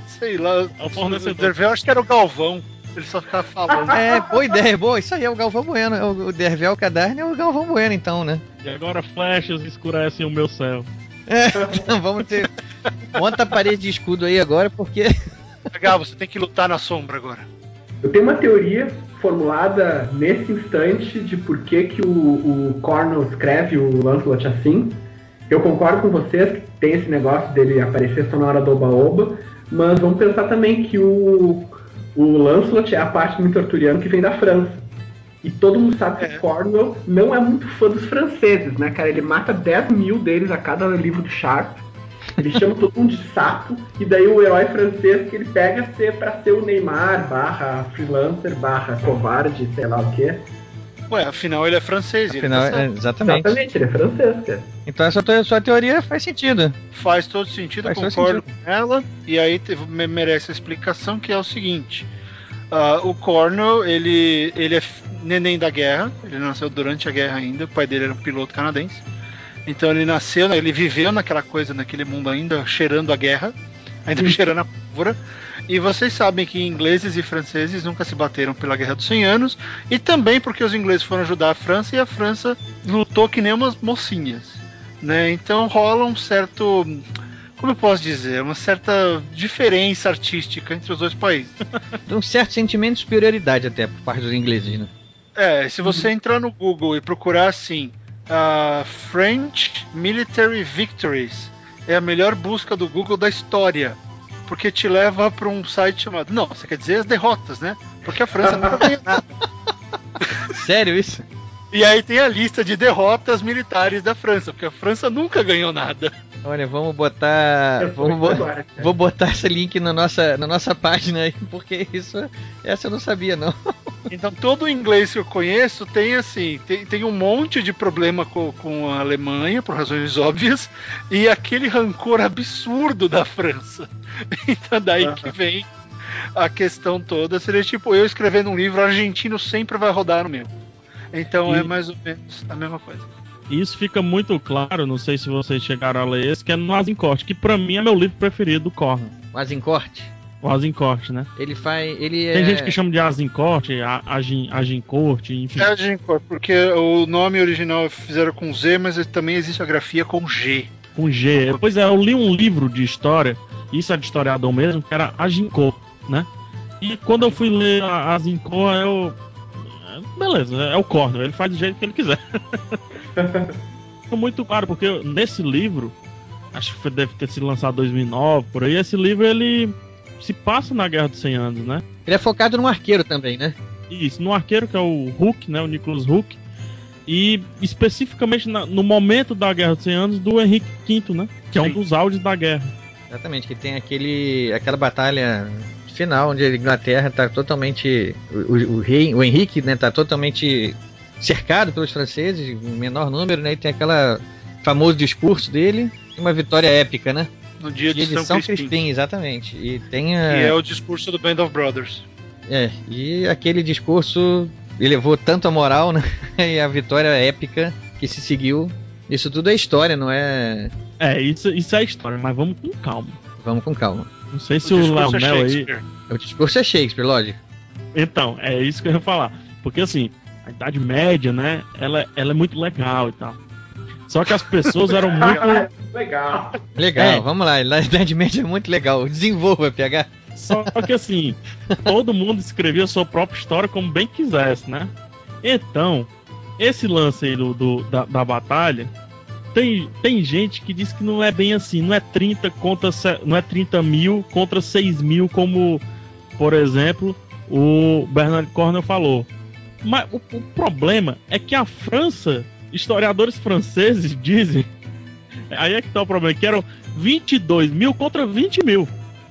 O Dervel acho que era o Galvão. Ele só ficava falando. Boa ideia, boa. Isso aí é o Galvão Bueno. O Dervel Cadarne é o Galvão Bueno, então, né? E agora flechas escurecem o meu céu. Então vamos ter... Monta a parede de escudo aí agora, porque... Legal, você tem que lutar na sombra agora. Eu tenho uma teoria formulada nesse instante de por que o Cornwell escreve o Lancelot assim. Eu concordo com vocês que tem esse negócio dele aparecer só na hora do oba-oba, mas vamos pensar também que o Lancelot é a parte do mito arturiano que vem da França. E todo mundo sabe que Cornwell não é muito fã dos franceses, né, cara? Ele mata 10 mil deles a cada livro do Sharp. Ele chama todo mundo de sapo. E daí o herói francês que ele pega pra ser o Neymar, /freelancer, /covarde, sei lá o quê. Ué, afinal ele é francês. Exatamente, ele é francês, cara. Então essa sua teoria faz sentido. Faz todo sentido, eu concordo com ela. E aí merece a explicação, que é o seguinte. O Cornwell, ele é neném da guerra. Ele nasceu durante a guerra ainda. O pai dele era um piloto canadense. Então ele viveu naquela coisa, naquele mundo ainda cheirando a guerra, ainda cheirando a pólvora. E vocês sabem que ingleses e franceses nunca se bateram pela Guerra dos 100 Anos, e também porque os ingleses foram ajudar a França e a França lutou que nem umas mocinhas, né? Então rola um certo, como eu posso dizer, uma certa diferença artística entre os dois países. Um certo sentimento de superioridade até por parte dos ingleses, né? Se você entrar no Google e procurar assim, French Military Victories, é a melhor busca do Google da história, porque te leva para um site chamado... Não, você quer dizer as derrotas, né? Porque a França nunca ganhou nada. Sério isso? E aí tem a lista de derrotas militares da França, porque a França nunca ganhou nada. Olha, vou botar esse link na nossa página aí, porque essa eu não sabia, não. Então todo o inglês que eu conheço tem assim, tem um monte de problema com a Alemanha, por razões óbvias, e aquele rancor absurdo da França. Então daí que vem a questão toda. Seria tipo, eu escrevendo um livro, argentino sempre vai rodar no meu. Então é mais ou menos a mesma coisa. Isso fica muito claro, não sei se vocês chegaram a ler esse, que é no Azincourt, que pra mim é meu livro preferido do Cornwell. O Azincourt? O Azincourt, né? Tem gente que chama de Azincourt, Agincourt, enfim. É Agincourt, porque o nome original fizeram com Z, mas também existe a grafia com G. Com G. Pois é, eu li um livro de história, isso é de historiador mesmo, que era Agincourt, né? E quando eu fui ler a Azincourt, beleza, é o Cornwell, ele faz do jeito que ele quiser. É muito claro, porque nesse livro, acho que deve ter sido lançado em 2009, por aí, esse livro ele se passa na Guerra dos 100 Anos, né? Ele é focado no arqueiro também, né? Isso, no arqueiro, que é o Hooke, né? O Nicholas Hooke. E especificamente no momento da Guerra dos 100 Anos do Henrique V, né? Que é um dos áudios da guerra. Exatamente, que tem aquela batalha final onde a Inglaterra está totalmente... O Henrique, né, tá totalmente cercado pelos franceses, em menor número, né? E tem aquele famoso discurso dele, uma vitória épica, né? No dia de São Crispim, exatamente. E tem que é o discurso do Band of Brothers. E aquele discurso elevou tanto a moral, né? E a vitória épica que se seguiu. Isso tudo é história, não é... Isso é história, mas vamos com calma. Vamos com calma. Não sei se o Leonel aí... O discurso é Shakespeare, lógico. Então, é isso que eu ia falar. Porque assim, a Idade Média, né? Ela é muito legal e tal. Só que as pessoas eram muito... Legal, vamos lá. A Idade Média é muito legal. Desenvolva, PH. Só que assim, todo mundo escrevia a sua própria história como bem quisesse, né? Então, esse lance aí da batalha, tem gente que diz que não é bem assim, não é 30 mil contra 6 mil, como, por exemplo, o Bernard Cornwell falou. Mas o problema é que a França, historiadores franceses dizem, aí é que tá o problema, que eram 22 mil contra 20 mil.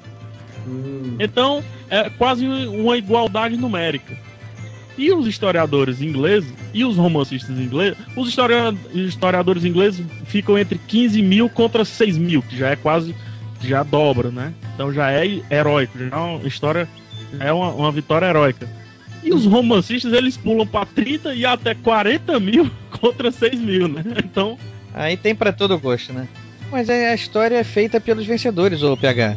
Então, é quase uma igualdade numérica. E os historiadores ingleses e os romancistas ingleses, os historiadores ingleses ficam entre 15 mil contra 6 mil, que já é quase, já dobra, né? Então já é heróico, já é uma história, é uma vitória heróica. E os romancistas, eles pulam para 30 e até 40 mil contra 6 mil, né? Então... Aí tem para todo gosto, né? Mas a história é feita pelos vencedores, ô PH.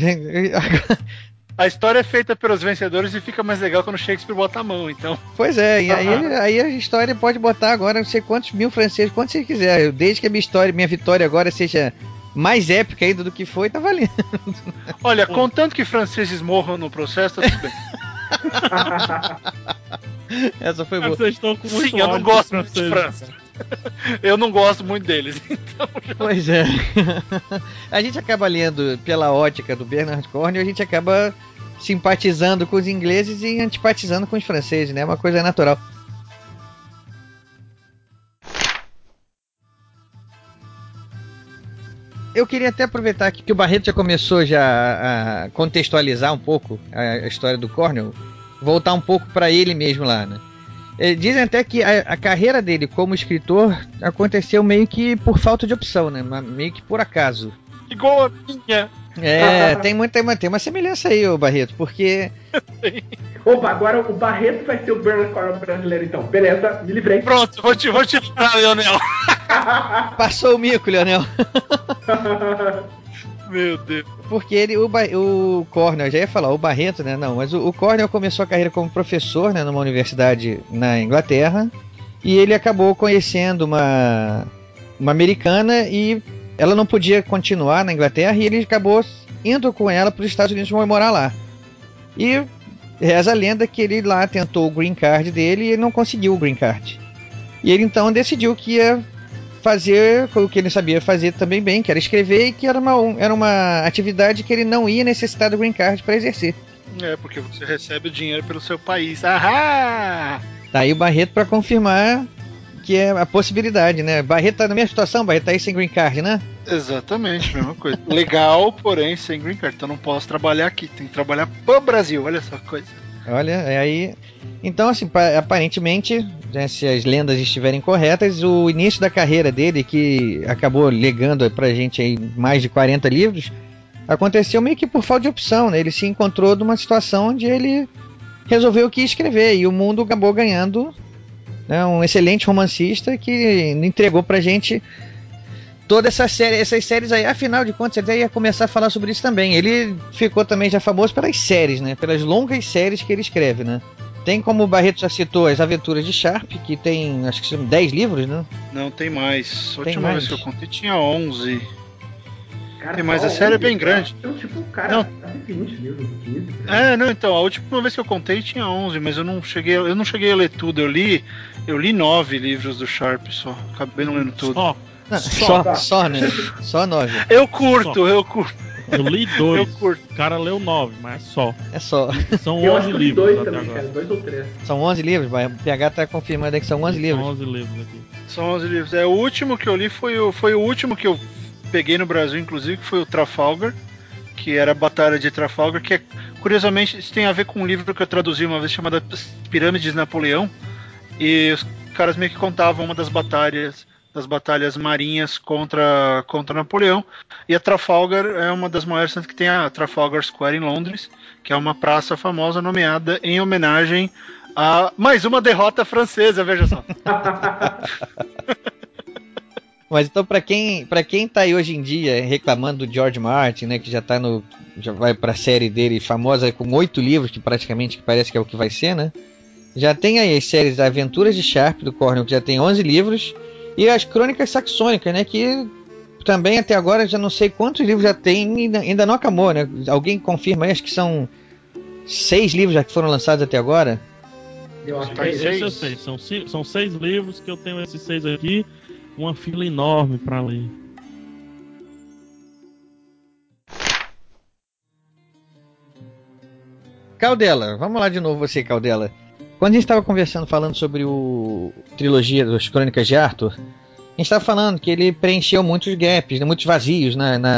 A história é feita pelos vencedores e fica mais legal quando Shakespeare bota a mão, então. Pois é, e aí a história pode botar agora não sei quantos mil franceses, quantos você quiser. Desde que minha vitória agora seja mais épica ainda do que foi, tá valendo. Olha, contanto que franceses morram no processo, tá tudo bem. Essa foi boa. Vocês estão com muito Sim, eu não gosto muito de França. Eu não gosto muito deles. Então... Pois é. A gente acaba lendo pela ótica do Bernard Cornwell, a gente acaba simpatizando com os ingleses e antipatizando com os franceses, né? É uma coisa natural. Eu queria até aproveitar que o Barreto já começou a contextualizar um pouco a história do Cornwell, voltar um pouco para ele mesmo lá, né? Dizem até que a carreira dele como escritor aconteceu meio que por falta de opção, né? Meio que por acaso. Igual a minha. Tem uma semelhança aí, ô Barreto, porque... Opa, agora o Barreto vai ser o Bernard Cornwell brasileiro, então. Beleza, me livrei. Pronto, vou te livrar, Leonel. Passou o mico, Leonel. Meu Deus. Porque o Cornwell, já ia falar, o Barreto, né? Não, mas o Cornwell começou a carreira como professor, né, numa universidade na Inglaterra, e ele acabou conhecendo uma americana e ela não podia continuar na Inglaterra e ele acabou indo com ela para os Estados Unidos para morar lá. E reza a lenda que ele lá tentou o green card dele e ele não conseguiu o green card. E ele então decidiu que ia fazer o que ele sabia fazer também bem, que era escrever, e que era uma atividade que ele não ia necessitar do green card para exercer. Porque você recebe o dinheiro pelo seu país. Ahá! Tá aí o Barreto para confirmar que é a possibilidade, né? Barreto tá na mesma situação, Barreto tá aí sem green card, né? Exatamente, mesma coisa. Legal, porém sem green card. Então não posso trabalhar aqui, tem que trabalhar pro Brasil, olha só que coisa. Olha, aí... Então, assim, aparentemente, né, se as lendas estiverem corretas, o início da carreira dele, que acabou legando pra gente aí mais de 40 livros, aconteceu meio que por falta de opção, né? Ele se encontrou numa situação onde ele resolveu que ia escrever, e o mundo acabou ganhando, né, um excelente romancista que entregou pra gente toda essas séries aí. Afinal de contas, até ia começar a falar sobre isso também. Ele ficou também já famoso pelas séries, né? Pelas longas séries que ele escreve, né? Tem, como o Barreto já citou, As Aventuras de Sharp, que tem, acho que são 10 livros, né? Não, tem mais. A Tem última mais? vez que eu contei tinha 11. Cara, Tem mais, só a série é 11, bem grande. Então, tipo, cara, Não. quase 20 livros, 15. Não, então, a última vez que eu contei tinha 11, mas eu não cheguei a ler tudo. Eu li 9 livros do Sharp só. Acabei não lendo tudo. Só, né? Só 9. Eu curto. Eu li 2. Eu curto. O cara leu 9, mas só. É só. São Eu 11 acho que eu li livros 2 até também, agora. cara, 2 ou 3. São 11 livros, o PH tá confirmando aí que são 11 livros. São 11 livros aqui. São 11 livros. O último que eu li foi o último que eu peguei no Brasil, inclusive, que foi o Trafalgar, que era a Batalha de Trafalgar, que curiosamente isso tem a ver com um livro que eu traduzi uma vez chamado Pirâmides de Napoleão, e os caras meio que contavam uma das batalhas marinhas contra Napoleão, e a Trafalgar é uma das maiores, tanto que tem a Trafalgar Square em Londres, que é uma praça famosa nomeada em homenagem a mais uma derrota francesa, veja só. Mas então, pra quem tá aí hoje em dia reclamando do George Martin, né, que já vai pra série dele famosa com 8 livros, que praticamente parece que é o que vai ser, né? Já tem aí as séries Aventuras de Sharp, do Cornell, que já tem 11 livros, e as Crônicas Saxônicas, né, que também até agora já não sei quantos livros já tem e ainda não acabou, né? Alguém confirma aí? Acho que são 6 livros já que foram lançados até agora. Eu acho que Tem é seis. isso. Eu sei, são 6 livros que eu tenho esses 6 aqui, uma fila enorme pra ler. Caldela, vamos lá de novo você, Caldela. Quando a gente estava conversando, falando sobre o trilogia das Crônicas de Arthur, a gente estava falando que ele preencheu muitos gaps, né, muitos vazios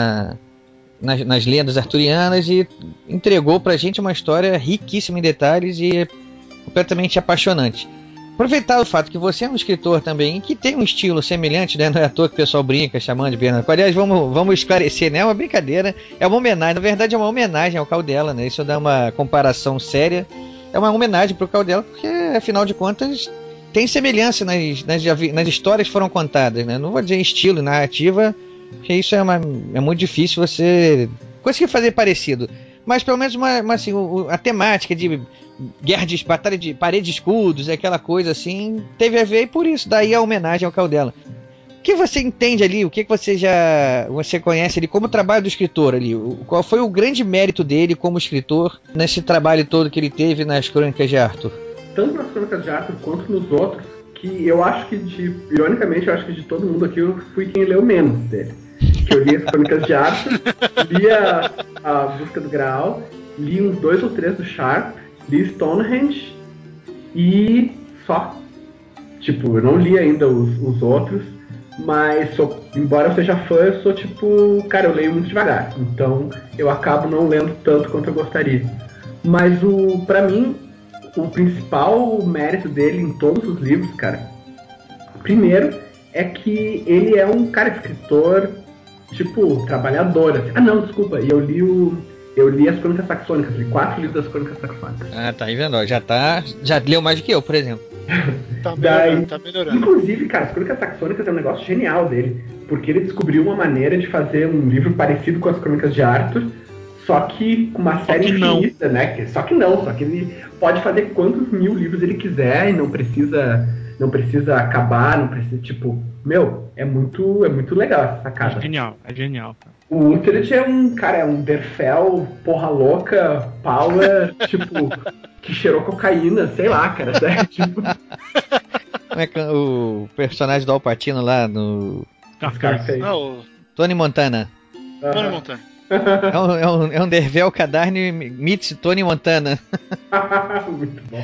nas lendas arturianas e entregou pra gente uma história riquíssima em detalhes e completamente apaixonante. Aproveitar o fato que você é um escritor também que tem um estilo semelhante, né? Não é à toa que o pessoal brinca chamando de Bernardo. Aliás, vamos esclarecer, não é uma brincadeira, é uma homenagem. Na verdade, é uma homenagem ao Caldela, né? Isso dá uma comparação séria. É uma homenagem pro Caldela, porque afinal de contas tem semelhança nas histórias que foram contadas, né? Não vou dizer estilo, narrativa, porque isso é muito difícil você conseguir fazer parecido. Mas pelo menos assim, a temática de guerra de batalha de parede de escudos, aquela coisa assim, teve a ver, e por isso daí a homenagem ao Caldela. O que você entende ali? O que você conhece ali como trabalho do escritor ali? Qual foi o grande mérito dele como escritor nesse trabalho todo que ele teve nas Crônicas de Arthur? Tanto nas Crônicas de Arthur quanto nos outros, que eu acho que, ironicamente, eu acho que de todo mundo aqui eu fui quem leu menos dele. Que eu li as Crônicas de Arthur, li a Busca do Graal, li uns 2 ou 3 do Sharp, li Stonehenge e só. Tipo, eu não li ainda os outros, mas embora eu seja fã, eu sou tipo, cara, eu leio muito devagar, então eu acabo não lendo tanto quanto eu gostaria. Mas pra mim, o principal mérito dele em todos os livros, cara, primeiro é que ele é um cara escritor, tipo, trabalhador. Assim. Ah, não, desculpa, e eu li as Crônicas Saxônicas, li 4 livros das Crônicas Saxônicas. Ah, tá aí vendo, ó, já leu mais do que eu, por exemplo. Tá melhorando. Inclusive, cara, as Crônicas Saxônicas é um negócio genial dele, porque ele descobriu uma maneira de fazer um livro parecido com as Crônicas de Arthur, só que com uma série infinita, né? Só que ele pode fazer quantos 1000 livros ele quiser e não precisa acabar, não precisa, tipo, é muito legal essa sacada. É genial. O Uhtred é um Derfel, porra louca, power, tipo, que cheirou cocaína, sei lá, cara, sério, tipo... Como é que o personagem do Al Pacino lá no... Scarface. Tony Montana. Tony Montana. É um Dervel Cadarne meets Tony Montana. Muito bom.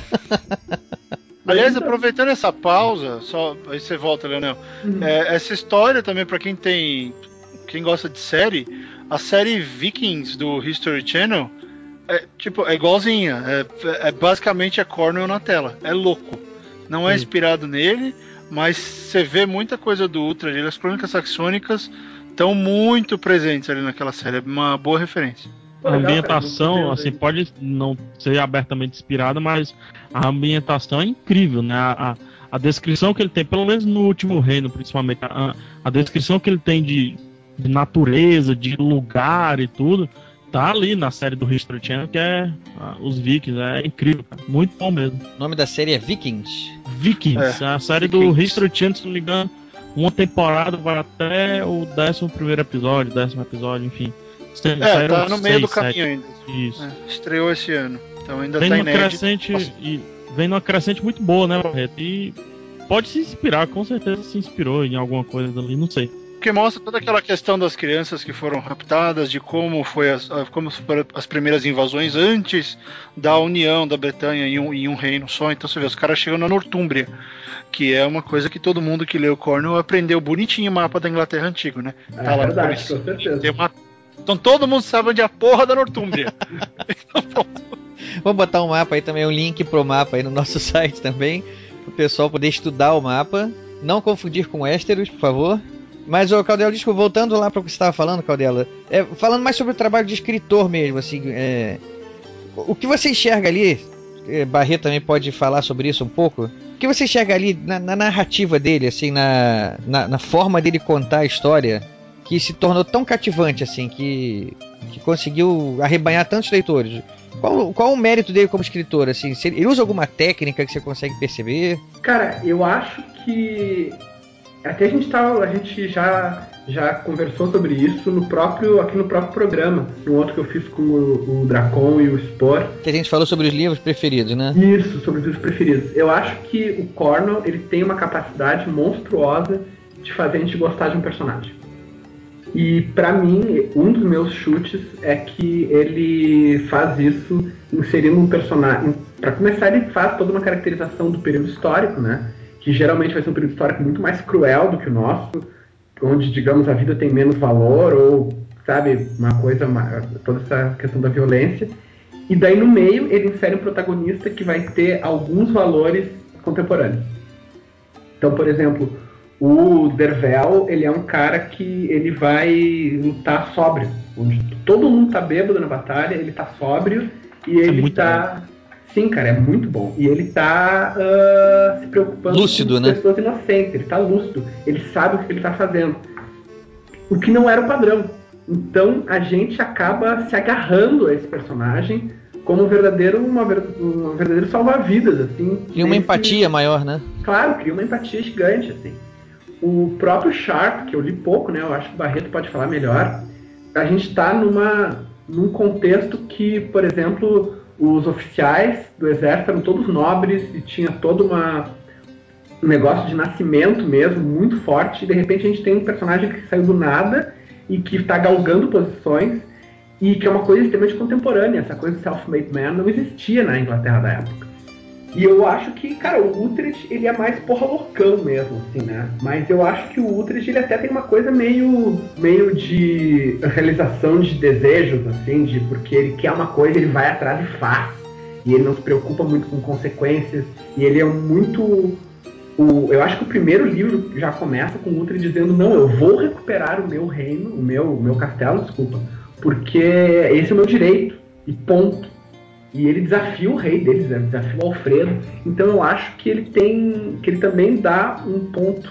Aliás, aproveitando essa pausa, só aí você volta, Leonel. Essa história também, pra quem gosta de série, a série Vikings do History Channel É igualzinha. Basicamente Cornwell na tela. É louco. Não é inspirado nele, mas você vê muita coisa do Ultra ali. As Crônicas Saxônicas estão muito presentes ali naquela série. É uma boa referência. A ambientação, assim, pode não ser abertamente inspirada, mas a ambientação é incrível, né? A descrição que ele tem, pelo menos no Último Reino, principalmente, a descrição que ele tem de natureza, de lugar e tudo, tá ali na série do History Channel, que é os Vikings. É incrível, cara. Muito bom mesmo. O nome da série é Vikings. Vikings, a série do History Channel, se não me engano, uma temporada vai até o 11º episódio, 10º episódio, enfim. Tá no meio do caminho ainda. Isso. Estreou esse ano, então ainda vem tá numa inédito. Vem numa crescente muito boa, né, Barreto? E pode se inspirar, com certeza se inspirou em alguma coisa ali, não sei. Porque mostra toda aquela questão das crianças que foram raptadas, de como foram as primeiras invasões antes da união da Bretanha em um reino só. Então você vê, os caras chegam na Nortúmbria, que é uma coisa que todo mundo que leu Cornwell aprendeu bonitinho o mapa da Inglaterra antigo, né? Tá lá verdade, com certeza. Então todo mundo sabe onde é a porra da Nortúmbria. Vamos botar um mapa aí também, um link pro mapa aí no nosso site também, pro pessoal poder estudar o mapa. Não confundir com Westeros, por favor. Mas, Caldela, desculpa, voltando lá para o que você estava falando, Caldela, falando mais sobre o trabalho de escritor mesmo, assim, o que você enxerga ali, Barreto também pode falar sobre isso um pouco, o que você enxerga ali na narrativa dele, assim, na forma dele contar a história, que se tornou tão cativante, assim, que conseguiu arrebanhar tantos leitores? Qual o mérito dele como escritor, assim? Ele usa alguma técnica que você consegue perceber? Cara, eu acho que até a gente já conversou sobre isso aqui no próprio programa, no outro que eu fiz com o Dracon e o Spor. Que a gente falou sobre os livros preferidos, né? Isso, sobre os livros preferidos. Eu acho que o Cornwell, ele tem uma capacidade monstruosa de fazer a gente gostar de um personagem. E pra mim, um dos meus chutes é que ele faz isso inserindo um personagem. Pra começar, ele faz toda uma caracterização do período histórico, né? Que geralmente vai ser um período histórico muito mais cruel do que o nosso, onde, digamos, a vida tem menos valor, ou, sabe, toda essa questão da violência. E daí, no meio, ele insere um protagonista que vai ter alguns valores contemporâneos. Então, por exemplo, o Dervel, ele é um cara que ele vai lutar sóbrio, onde todo mundo tá bêbado na batalha, ele tá sóbrio, e ele tá... Bom. Sim, cara, é muito bom. E ele tá se preocupando lúcido, com pessoas inocentes. Ele tá lúcido. Ele sabe o que ele tá fazendo. O que não era o padrão. Então, a gente acaba se agarrando a esse personagem como um verdadeiro salva-vidas, assim. Cria uma empatia maior, né? Claro, cria uma empatia gigante, assim. O próprio Sharp, que eu li pouco, né? Eu acho que o Barreto pode falar melhor. A gente tá num contexto que, por exemplo... Os oficiais do exército eram todos nobres e tinha todo um negócio de nascimento mesmo, muito forte. E de repente a gente tem um personagem que saiu do nada e que está galgando posições e que é uma coisa extremamente contemporânea. Essa coisa de self-made man não existia na Inglaterra da época. E eu acho que, cara, o Uhtred, ele é mais porra loucão mesmo, assim, né? Mas eu acho que o Uhtred, ele até tem uma coisa meio de realização de desejos, assim, porque ele quer uma coisa, ele vai atrás e faz. E ele não se preocupa muito com consequências. E ele é muito... eu acho que o primeiro livro já começa com o Uhtred dizendo, não, eu vou recuperar o meu reino, o meu castelo, desculpa, porque esse é o meu direito. E ponto. E ele desafia o rei deles, né? Desafia o Alfredo. Então eu acho que ele também dá um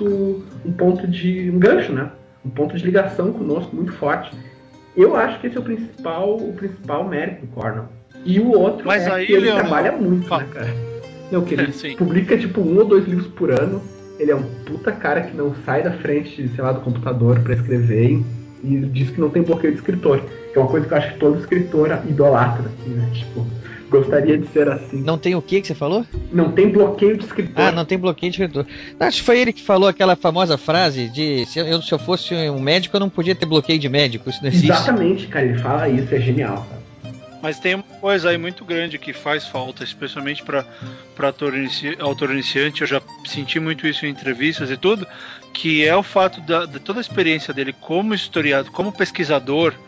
gancho, né? Um ponto de ligação conosco muito forte. Eu acho que esse é o principal mérito do Cornwell. E o outro que ele trabalha muito, né, cara? Não, que ele publica tipo 1 ou 2 livros por ano. Ele é um puta cara que não sai da frente, sei lá, do computador pra escrever e diz que não tem bloqueio de escritor. Que é uma coisa que eu acho que todo escritor idolatra, assim, né? Tipo, gostaria de ser assim. Não tem o que você falou? Não tem bloqueio de escritor. Ah, não tem bloqueio de escritor. Acho que foi ele que falou aquela famosa frase de se eu fosse um médico, eu não podia ter bloqueio de médico. Isso não existe. Exatamente, cara. Ele fala isso, é genial, cara. Mas tem uma coisa aí muito grande que faz falta, especialmente para autor iniciante. Eu já senti muito isso em entrevistas e tudo, que é o fato de toda a experiência dele como historiador, como pesquisador,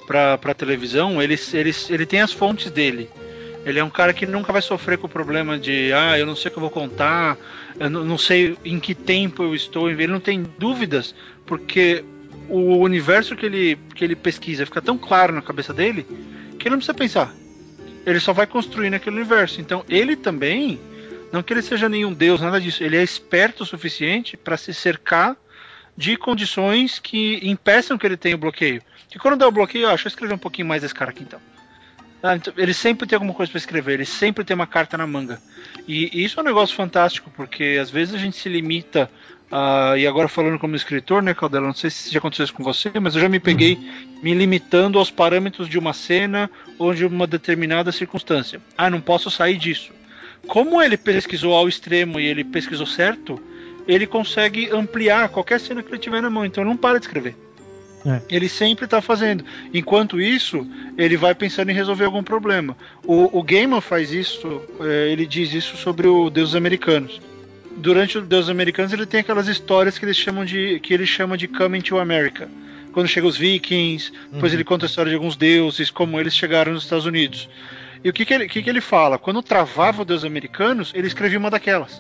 pra televisão, ele tem as fontes dele. Ele é um cara que nunca vai sofrer com o problema de eu não sei o que eu vou contar, eu não sei em que tempo eu estou. Ele não tem dúvidas, porque o universo que ele pesquisa fica tão claro na cabeça dele que ele não precisa pensar. Ele só vai construir naquele universo. Então ele também, não que ele seja nenhum deus, nada disso, ele é esperto o suficiente para se cercar de condições que impeçam que ele tenha o bloqueio. E quando dá o bloqueio, deixa eu escrever um pouquinho mais desse cara aqui então. Então ele sempre tem alguma coisa para escrever, ele sempre tem uma carta na manga. E isso é um negócio fantástico, porque às vezes a gente se limita, e agora falando como escritor, né, Caldela, não sei se já aconteceu isso com você, mas eu já me peguei me limitando aos parâmetros de uma cena ou de uma determinada circunstância. Não posso sair disso. Como ele pesquisou ao extremo e ele pesquisou certo, ele consegue ampliar qualquer cena que ele tiver na mão, então ele não para de escrever. Ele sempre está fazendo. Enquanto isso, ele vai pensando em resolver algum problema. O Gaiman faz isso, ele diz isso sobre o Deuses Americanos. Durante o Deuses Americanos, ele tem aquelas histórias que ele chama de Coming to America. Quando chegam os vikings, depois ele conta a história de alguns deuses, como eles chegaram nos Estados Unidos. E o que ele fala? Quando travava o Deuses Americanos, ele escrevia uma daquelas.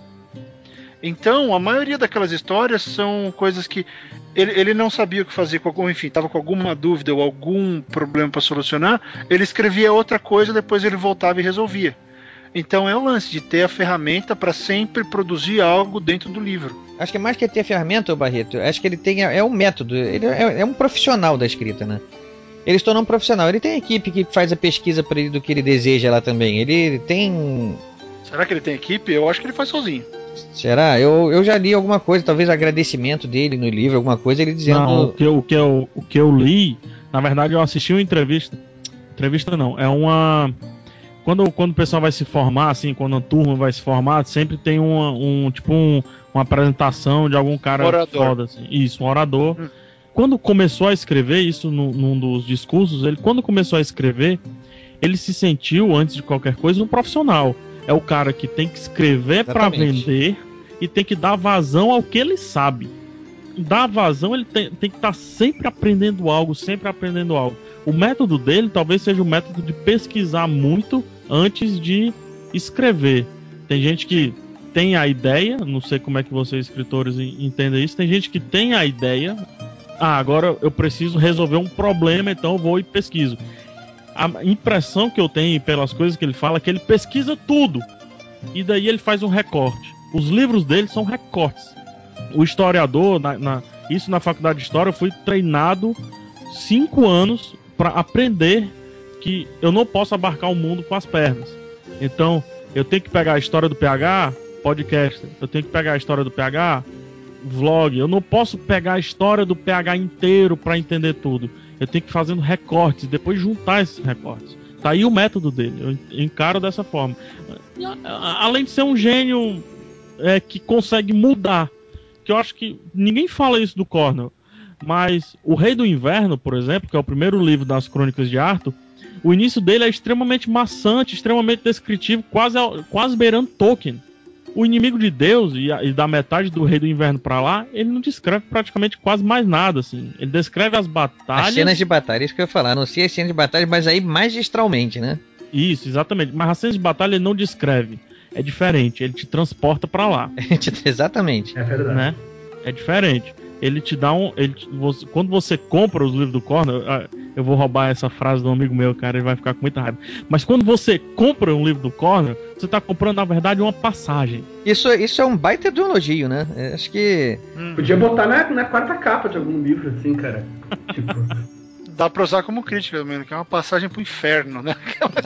Então, a maioria daquelas histórias são coisas que ele não sabia o que fazer, enfim, estava com alguma dúvida ou algum problema para solucionar, ele escrevia outra coisa, depois ele voltava e resolvia. Então é o lance de ter a ferramenta para sempre produzir algo dentro do livro. Acho que mais que ter ferramenta, Barreto, acho que ele tem um método, ele é um profissional da escrita, né? Ele se tornou um profissional, ele tem equipe que faz a pesquisa para ele do que ele deseja lá também, ele tem... Será que ele tem equipe? Eu acho que ele faz sozinho. Será? Eu já li alguma coisa, talvez agradecimento dele no livro, alguma coisa, ele dizendo... Não, o que eu li, na verdade eu assisti uma entrevista não, é uma... Quando o pessoal vai se formar, assim, quando a turma vai se formar, sempre tem uma apresentação de algum cara foda, assim. Isso, um orador. Quando começou a escrever, isso num dos discursos, quando começou a escrever, ele se sentiu, antes de qualquer coisa, um profissional. É o cara que tem que escrever para vender e tem que dar vazão ao que ele sabe. Dar vazão, ele tem que estar sempre aprendendo algo, O método dele talvez seja o método de pesquisar muito antes de escrever. Tem gente que tem a ideia, não sei como é que vocês escritores entendem isso, tem gente que tem a ideia, agora eu preciso resolver um problema, então eu vou e pesquiso. A impressão que eu tenho pelas coisas que ele fala é que ele pesquisa tudo e daí ele faz um recorte. Os livros dele são recortes. O historiador, isso na faculdade de História, eu fui treinado 5 anos para aprender que eu não posso abarcar o mundo com as pernas. Então, eu tenho que pegar a história do PH, podcast. Eu tenho que pegar a história do PH, vlog. Eu não posso pegar a história do PH inteiro para entender tudo. Eu tenho que ir fazendo recortes e depois juntar esses recortes. Tá aí o método dele. Eu encaro dessa forma. Além de ser um gênio que consegue mudar. Que eu acho que ninguém fala isso do Cornell. Mas O Rei do Inverno, por exemplo, que é o primeiro livro das Crônicas de Arthur, o início dele é extremamente maçante, extremamente descritivo, quase beirando Tolkien. O Inimigo de Deus, e da metade do Rei do Inverno pra lá, ele não descreve praticamente quase mais nada, assim. Ele descreve as batalhas... As cenas de batalha, isso que eu ia falar. Não sei as cenas de batalha, mas aí magistralmente, né? Isso, exatamente. Mas as cenas de batalha ele não descreve. É diferente, ele te transporta pra lá. Exatamente. É verdade. Né? É diferente. Ele te dá quando você compra os livros do Cornell, eu vou roubar essa frase de um amigo meu, cara, ele vai ficar com muita raiva. Mas quando você compra um livro do Cornell, você tá comprando, na verdade, uma passagem. Isso é um baita de um elogio, né? Acho que... Podia botar na quarta capa de algum livro, assim, cara. Tipo... Dá pra usar como crítica, mesmo, que é uma passagem pro inferno, né?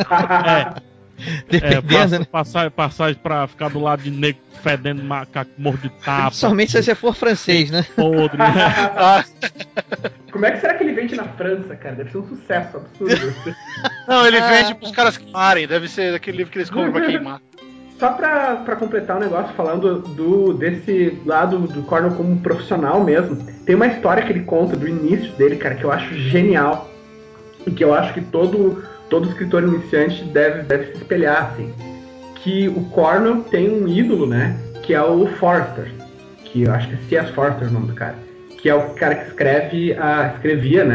Passagem pra ficar do lado de negro fedendo macaco morto de tapa. Principalmente se você for francês, né? Podre, né? Como é que será que ele vende na França, cara? Deve ser um sucesso absurdo. Não, ele vende pros caras queimarem. Deve ser daquele livro que eles compram pra queimar. Só pra completar o negócio, falando desse lado do Cornell como profissional mesmo, tem uma história que ele conta do início dele, cara, que eu acho genial. E que eu acho que todo escritor iniciante deve se espelhar, assim. Que o Cornell tem um ídolo, né? Que é o Forster. Que eu acho que é C.S. Forster o nome do cara. Que é o cara que escrevia, né?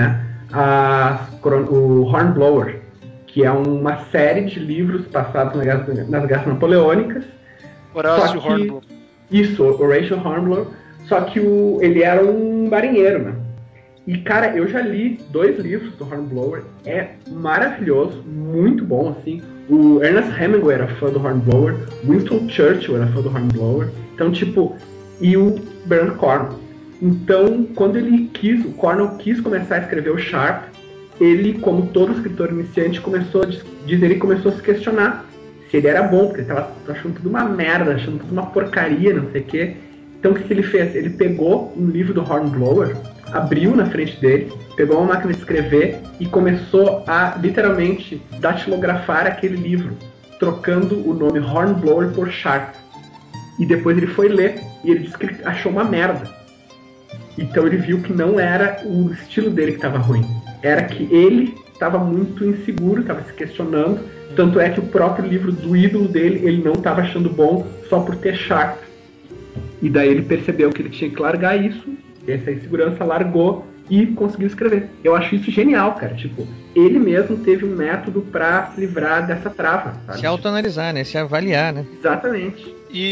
o Hornblower, que é uma série de livros passados nas guerras napoleônicas. Horácio Hornblower. Isso, Horatio Hornblower. Só que ele era um marinheiro, né? E, cara, eu já li 2 livros do Hornblower. É maravilhoso, muito bom, assim. O Ernest Hemingway era fã do Hornblower. Winston Churchill era fã do Hornblower. Então, tipo... E o Bernard Cornwell. Então, quando o Cornwell quis começar a escrever o Sharpe, ele, como todo escritor iniciante, começou a se questionar se ele era bom, porque ele estava achando tudo uma merda, achando tudo uma porcaria, não sei o quê. Então, o que ele fez? Ele pegou um livro do Hornblower, abriu na frente dele, pegou uma máquina de escrever e começou a, literalmente, datilografar aquele livro, trocando o nome Hornblower por Sharpe. E depois ele foi ler, e ele disse que ele achou uma merda. Então ele viu que não era o estilo dele que estava ruim, era que ele estava muito inseguro, estava se questionando. Tanto é que o próprio livro do ídolo dele, ele não estava achando bom só por ter Sharpe. E daí ele percebeu que ele tinha que largar isso, essa insegurança, largou e conseguiu escrever. Eu acho isso genial, cara. Tipo, ele mesmo teve um método para se livrar dessa trava, sabe? Se autoanalisar, né? Se avaliar, né? Exatamente.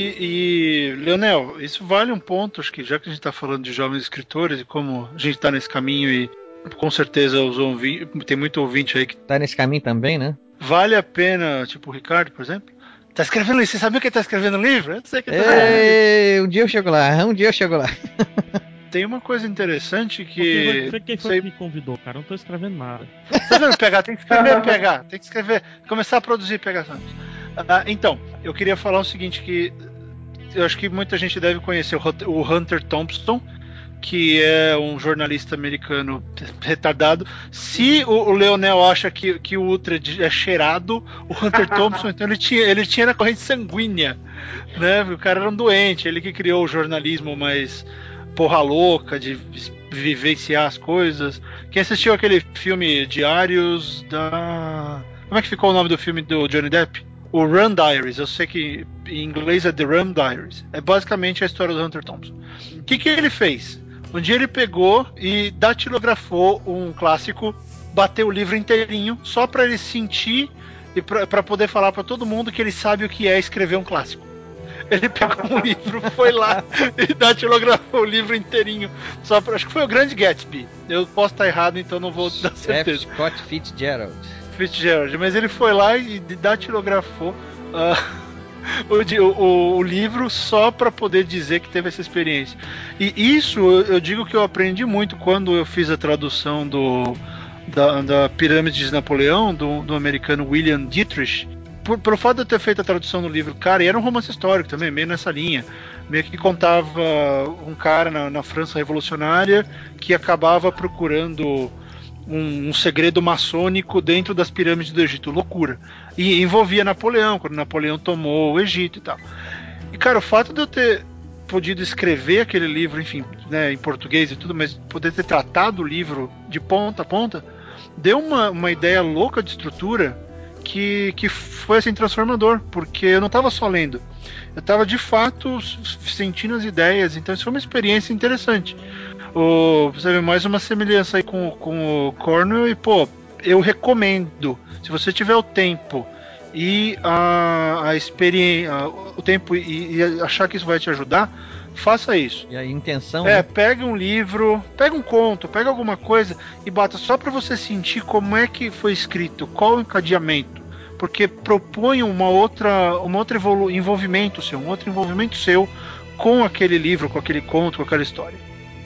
E Leonel, isso vale um ponto, acho que já que a gente está falando de jovens escritores e como a gente está nesse caminho e com certeza tem muito ouvinte aí que tá nesse caminho também, né? Vale a pena, tipo o Ricardo, por exemplo, tá escrevendo livro, você sabia que ele tá escrevendo livro? Eu sei que Um dia eu chego lá. Tem uma coisa interessante que... Quem foi que me convidou, cara? Eu não tô escrevendo nada. Tá vendo, PH? Tem que escrever, tem que escrever, começar a produzir, PH Santos. Então, eu queria falar o seguinte, que eu acho que muita gente deve conhecer o Hunter Thompson, que é um jornalista americano retardado. Se o Leonel acha que o Uhtred é cheirado, o Hunter Thompson, então ele tinha na corrente sanguínea, né? O cara era um doente, ele que criou o jornalismo mais porra louca, de vivenciar as coisas. Quem assistiu aquele filme Diários da... Como é que ficou o nome do filme do Johnny Depp? O Rum Diaries, eu sei que em inglês é The Rum Diaries. É basicamente a história do Hunter Thompson. O que ele fez? Um dia ele pegou e datilografou um clássico, bateu o livro inteirinho, só para ele sentir e para poder falar para todo mundo que ele sabe o que é escrever um clássico. Ele pegou um livro, foi lá e datilografou o livro inteirinho. Acho que foi o Grande Gatsby. Eu posso estar errado, então não vou dar certeza. Scott Fitzgerald, mas ele foi lá e datilografou o livro só para poder dizer que teve essa experiência. E isso eu digo que eu aprendi muito quando eu fiz a tradução da Pirâmide de Napoleão, do americano William Dietrich. Por fato de eu ter feito a tradução do livro, cara, e era um romance histórico também, meio nessa linha. Meio que contava um cara na França revolucionária que acabava procurando um segredo maçônico dentro das pirâmides do Egito, loucura. E envolvia Napoleão, quando Napoleão tomou o Egito e tal. E, cara, o fato de eu ter podido escrever aquele livro, enfim, né, em português e tudo, mas poder ter tratado o livro de ponta a ponta, deu uma ideia louca de estrutura que foi, assim, transformador, porque eu não estava só lendo, eu estava, de fato, sentindo as ideias, então isso foi uma experiência interessante. Você vê mais uma semelhança aí com o Cornwell e, pô, eu recomendo, se você tiver o tempo e a experiência, o tempo e achar que isso vai te ajudar, faça isso. E a intenção, né? Pega um livro, pega um conto, pega alguma coisa e bata só para você sentir como é que foi escrito, qual o encadeamento, porque propõe um outro envolvimento seu com aquele livro, com aquele conto, com aquela história.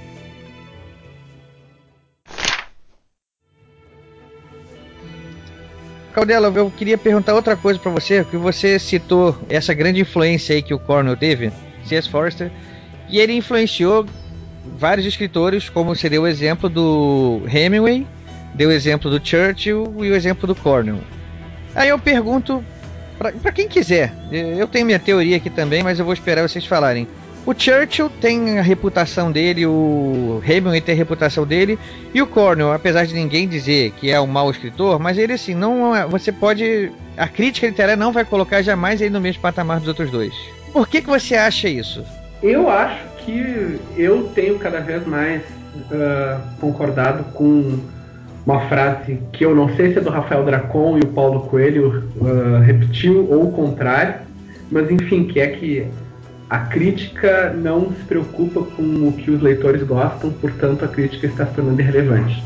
Caldela, eu queria perguntar outra coisa para você, que você citou essa grande influência aí que o Cornwell teve, C.S. Forester, e ele influenciou vários escritores, como você deu o exemplo do Hemingway, deu o exemplo do Churchill e o exemplo do Cornwell. Aí eu pergunto, para quem quiser, eu tenho minha teoria aqui também, mas eu vou esperar vocês falarem. O Churchill tem a reputação dele, o Hemingway tem a reputação dele, e o Cornwell, apesar de ninguém dizer que é um mau escritor, mas ele, assim, você pode... A crítica literária não vai colocar jamais ele no mesmo patamar dos outros dois. Por que você acha isso? Eu acho que eu tenho cada vez mais concordado com uma frase que eu não sei se é do Rafael Dracon e o Paulo Coelho repetiu ou o contrário, mas enfim, que é que a crítica não se preocupa com o que os leitores gostam, portanto a crítica está se tornando irrelevante.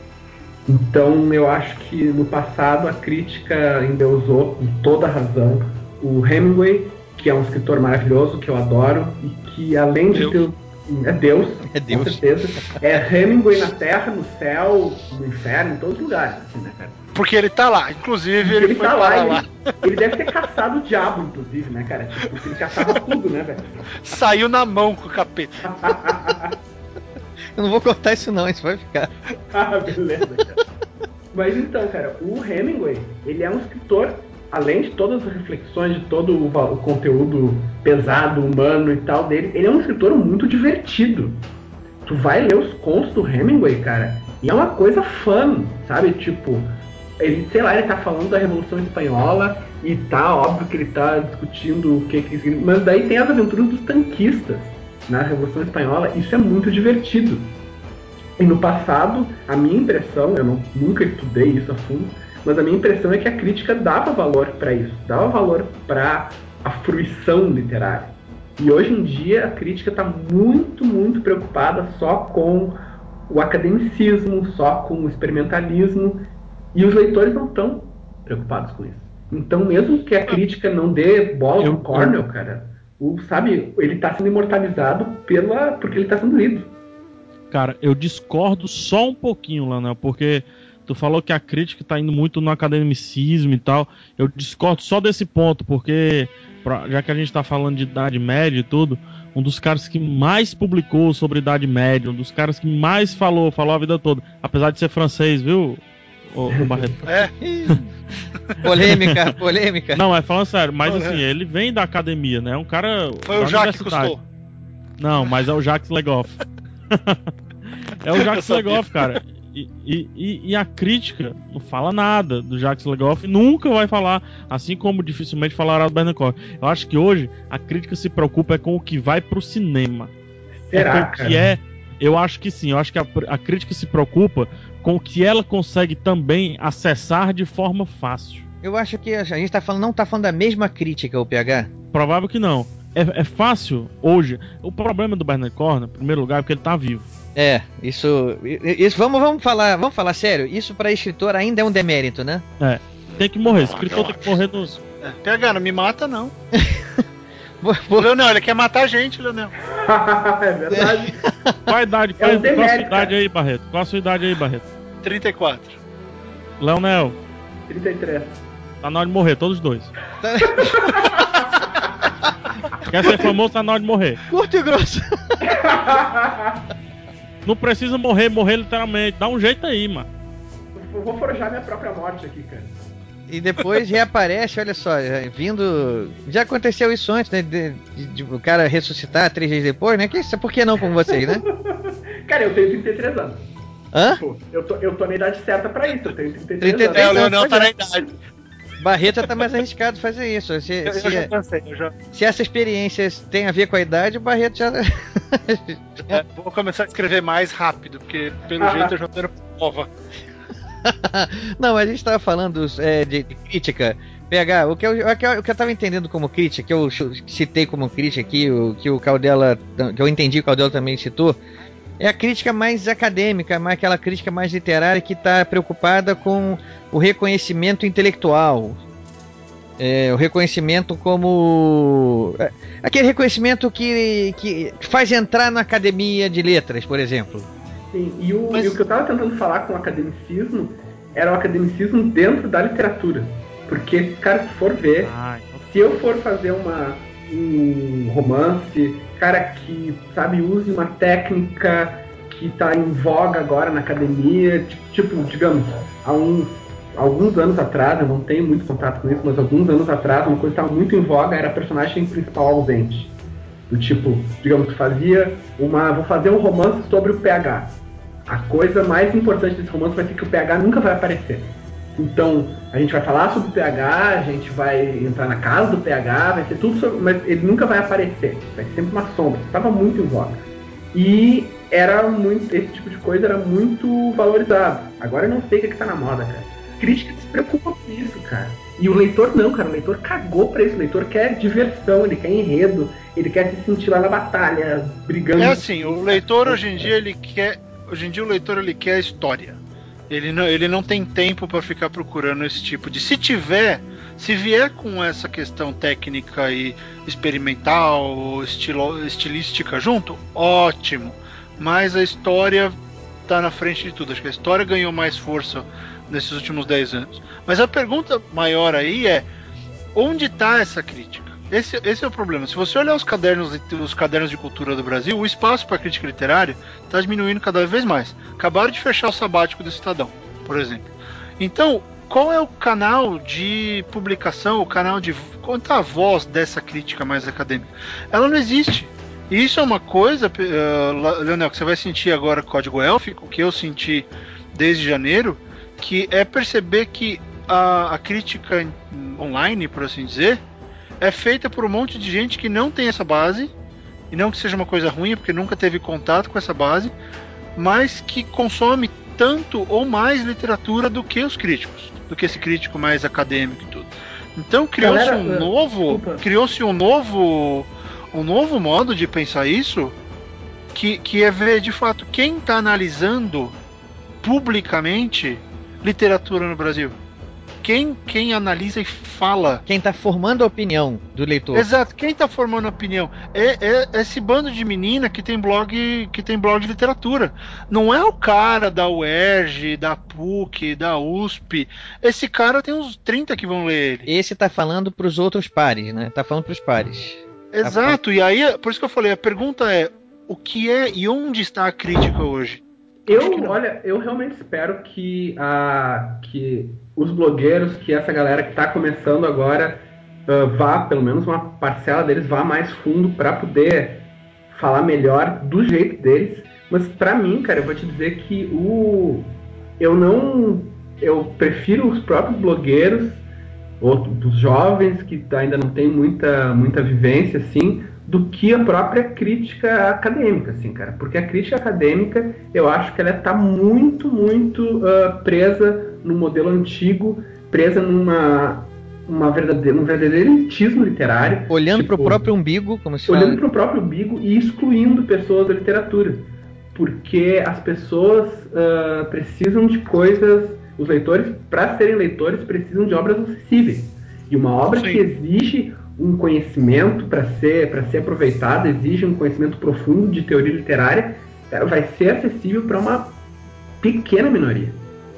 Então eu acho que no passado a crítica endeusou com toda a razão o Hemingway, que é um escritor maravilhoso, que eu adoro, e que além de ter... É Deus, com certeza. É Hemingway na Terra, no céu, no inferno, em todos os lugares, assim, né, cara? Porque ele tá lá, inclusive ele foi tá lá. Ele deve ter caçado o diabo, inclusive, né, cara? Tipo, porque ele caçava tudo, né, velho? Saiu na mão com o capeta. Eu não vou cortar isso não, isso vai ficar. Beleza, cara. Mas então, cara, o Hemingway, ele é um escritor, além de todas as reflexões, de todo o conteúdo pesado, humano e tal dele, ele é um escritor muito divertido. Tu vai ler os contos do Hemingway, cara, e é uma coisa fun, sabe? Tipo, ele, sei lá, ele tá falando da Revolução Espanhola e tá, óbvio que ele tá discutindo o que significa, mas daí tem as aventuras dos tanquistas na Revolução Espanhola, isso é muito divertido. E no passado, a minha impressão, eu nunca estudei isso a fundo, mas a minha impressão é que a crítica dava valor para isso, dava valor para a fruição literária. E hoje em dia a crítica está muito, muito preocupada só com o academicismo, só com o experimentalismo, e os leitores não estão preocupados com isso. Então, mesmo que a crítica não dê bola pro Cornell, cara, sabe, ele está sendo imortalizado porque ele está sendo lido. Cara, eu discordo só um pouquinho, Lanel, porque tu falou que a crítica tá indo muito no academicismo e tal. Eu discordo só desse ponto, porque já que a gente tá falando de Idade Média e tudo, um dos caras que mais publicou sobre Idade Média, um dos caras que mais falou a vida toda, apesar de ser francês, viu, o Barreto? É. Polêmica. Não, é falando sério, mas assim, ele vem da academia, né? É um cara. Foi o Jacques Cousteau. Não, mas é o Jacques Legoff. É o Jacques Legoff, cara. E a crítica não fala nada do Jacques Legoff, nunca vai falar, assim como dificilmente falará do Bernard Cornwell. Eu acho que hoje a crítica se preocupa com o que vai pro cinema. Será, cara? Eu acho que sim, eu acho que a crítica se preocupa com o que ela consegue também acessar de forma fácil. Eu acho que a gente não tá falando da mesma crítica, o PH? Provável que não. É fácil hoje. O problema do Bernard Cornwell, em primeiro lugar, é porque ele tá vivo. Isso vamos falar sério. Isso para escritor ainda é um demérito, né? Tem que morrer. Escritor tem que morrer nos... PH, não me mata, não. Leonel, ele quer matar a gente, Leonel. É verdade. Qual a idade? Qual a sua idade aí, Barreto? Qual a sua idade aí, Barreto? 34. Leonel? 33. Tá na hora de morrer, todos os dois. Quer ser famoso, tá na hora de morrer. Curto e grosso. Não precisa morrer literalmente. Dá um jeito aí, mano. Eu vou forjar minha própria morte aqui, cara. E depois reaparece, olha só, vindo... Já aconteceu isso antes, né? De o cara ressuscitar 3 dias depois, né? Por que não com vocês, né? Cara, eu tenho 33 anos. Hã? Pô, eu tô na idade certa pra isso, eu tenho 33 anos. O Leonel tá na idade. Barreto tá mais arriscado fazer isso. Se essa experiência tem a ver com a idade, o Barreto já... Vou começar a escrever mais rápido, porque pelo jeito eu já tô prova. Não, a gente tava falando de crítica. PH, o que eu tava entendendo como crítica, que eu citei como crítica aqui, que o Caldela, que eu entendi, o Caldela também citou, é a crítica mais acadêmica, aquela crítica mais literária que está preocupada com o reconhecimento intelectual. O reconhecimento como... aquele reconhecimento que faz entrar na academia de letras, por exemplo. Sim, e o que eu estava tentando falar com o academicismo era o academicismo dentro da literatura. Porque, cara, se for ver, se eu for fazer um romance, cara, que, sabe, use uma técnica que tá em voga agora na academia, tipo, digamos, alguns anos atrás, eu não tenho muito contato com isso, mas alguns anos atrás, uma coisa que estava muito em voga era a personagem principal ausente. Do tipo, digamos, vou fazer um romance sobre o PH. A coisa mais importante desse romance vai ser que o PH nunca vai aparecer. Então, a gente vai falar sobre o PH, a gente vai entrar na casa do PH, vai ser tudo sobre... Mas ele nunca vai aparecer, vai ser sempre uma sombra. Estava muito em voga. E esse tipo de coisa era muito valorizado. Agora eu não sei o que tá na moda, cara. Crítica se preocupa com isso, cara. E o leitor não, cara. O leitor cagou pra isso. O leitor quer diversão, ele quer enredo, ele quer se sentir lá na batalha, brigando. É assim, o leitor hoje em dia ele quer história. Ele não tem tempo para ficar procurando esse tipo de. Se vier com essa questão técnica e experimental, estilística junto, ótimo. Mas a história tá na frente de tudo. Acho que a história ganhou mais força nesses últimos 10 anos. Mas a pergunta maior aí é: onde está essa crítica? Esse é o problema. Se você olhar os cadernos de cultura do Brasil, o espaço para crítica literária está diminuindo cada vez mais. Acabaram de fechar o sabático do Estadão, por exemplo. Então, qual é o canal de publicação, qual é a voz dessa crítica mais acadêmica? Ela não existe. E isso é uma coisa, Leonel, que você vai sentir agora com o Código Élfico, que eu senti desde janeiro, que é perceber que a crítica online, por assim dizer, é feita por um monte de gente que não tem essa base, e não que seja uma coisa ruim, porque nunca teve contato com essa base, mas que consome tanto ou mais literatura do que os críticos, do que esse crítico mais acadêmico e tudo. Então criou-se um novo modo de pensar isso, que é ver de fato quem está analisando publicamente literatura no Brasil. Quem analisa e fala. Quem está formando a opinião do leitor. Exato, quem está formando a opinião é esse bando de menina que tem blog de literatura. Não é o cara da UERJ, da PUC, da USP. Esse cara tem uns 30 que vão ler ele. Esse tá falando para os outros pares, né? Tá falando para os pares. Exato, e aí, por isso que eu falei, a pergunta é: o que é e onde está a crítica hoje? Eu realmente espero que os blogueiros, que essa galera que está começando agora, vá, pelo menos uma parcela deles, vá mais fundo para poder falar melhor do jeito deles. Mas para mim, cara, eu vou te dizer que eu prefiro os próprios blogueiros, ou dos jovens que ainda não tem muita vivência, assim, do que a própria crítica acadêmica, assim, cara. Porque a crítica acadêmica, eu acho que ela está muito presa no modelo antigo, presa num verdadeiro elitismo literário. Olhando para o próprio umbigo, como se fala. Olhando para o próprio umbigo e excluindo pessoas da literatura. Porque as pessoas precisam de coisas... Os leitores, para serem leitores, precisam de obras acessíveis. E uma obra que exige um conhecimento para ser aproveitada, exige um conhecimento profundo de teoria literária, cara, vai ser acessível para uma pequena minoria.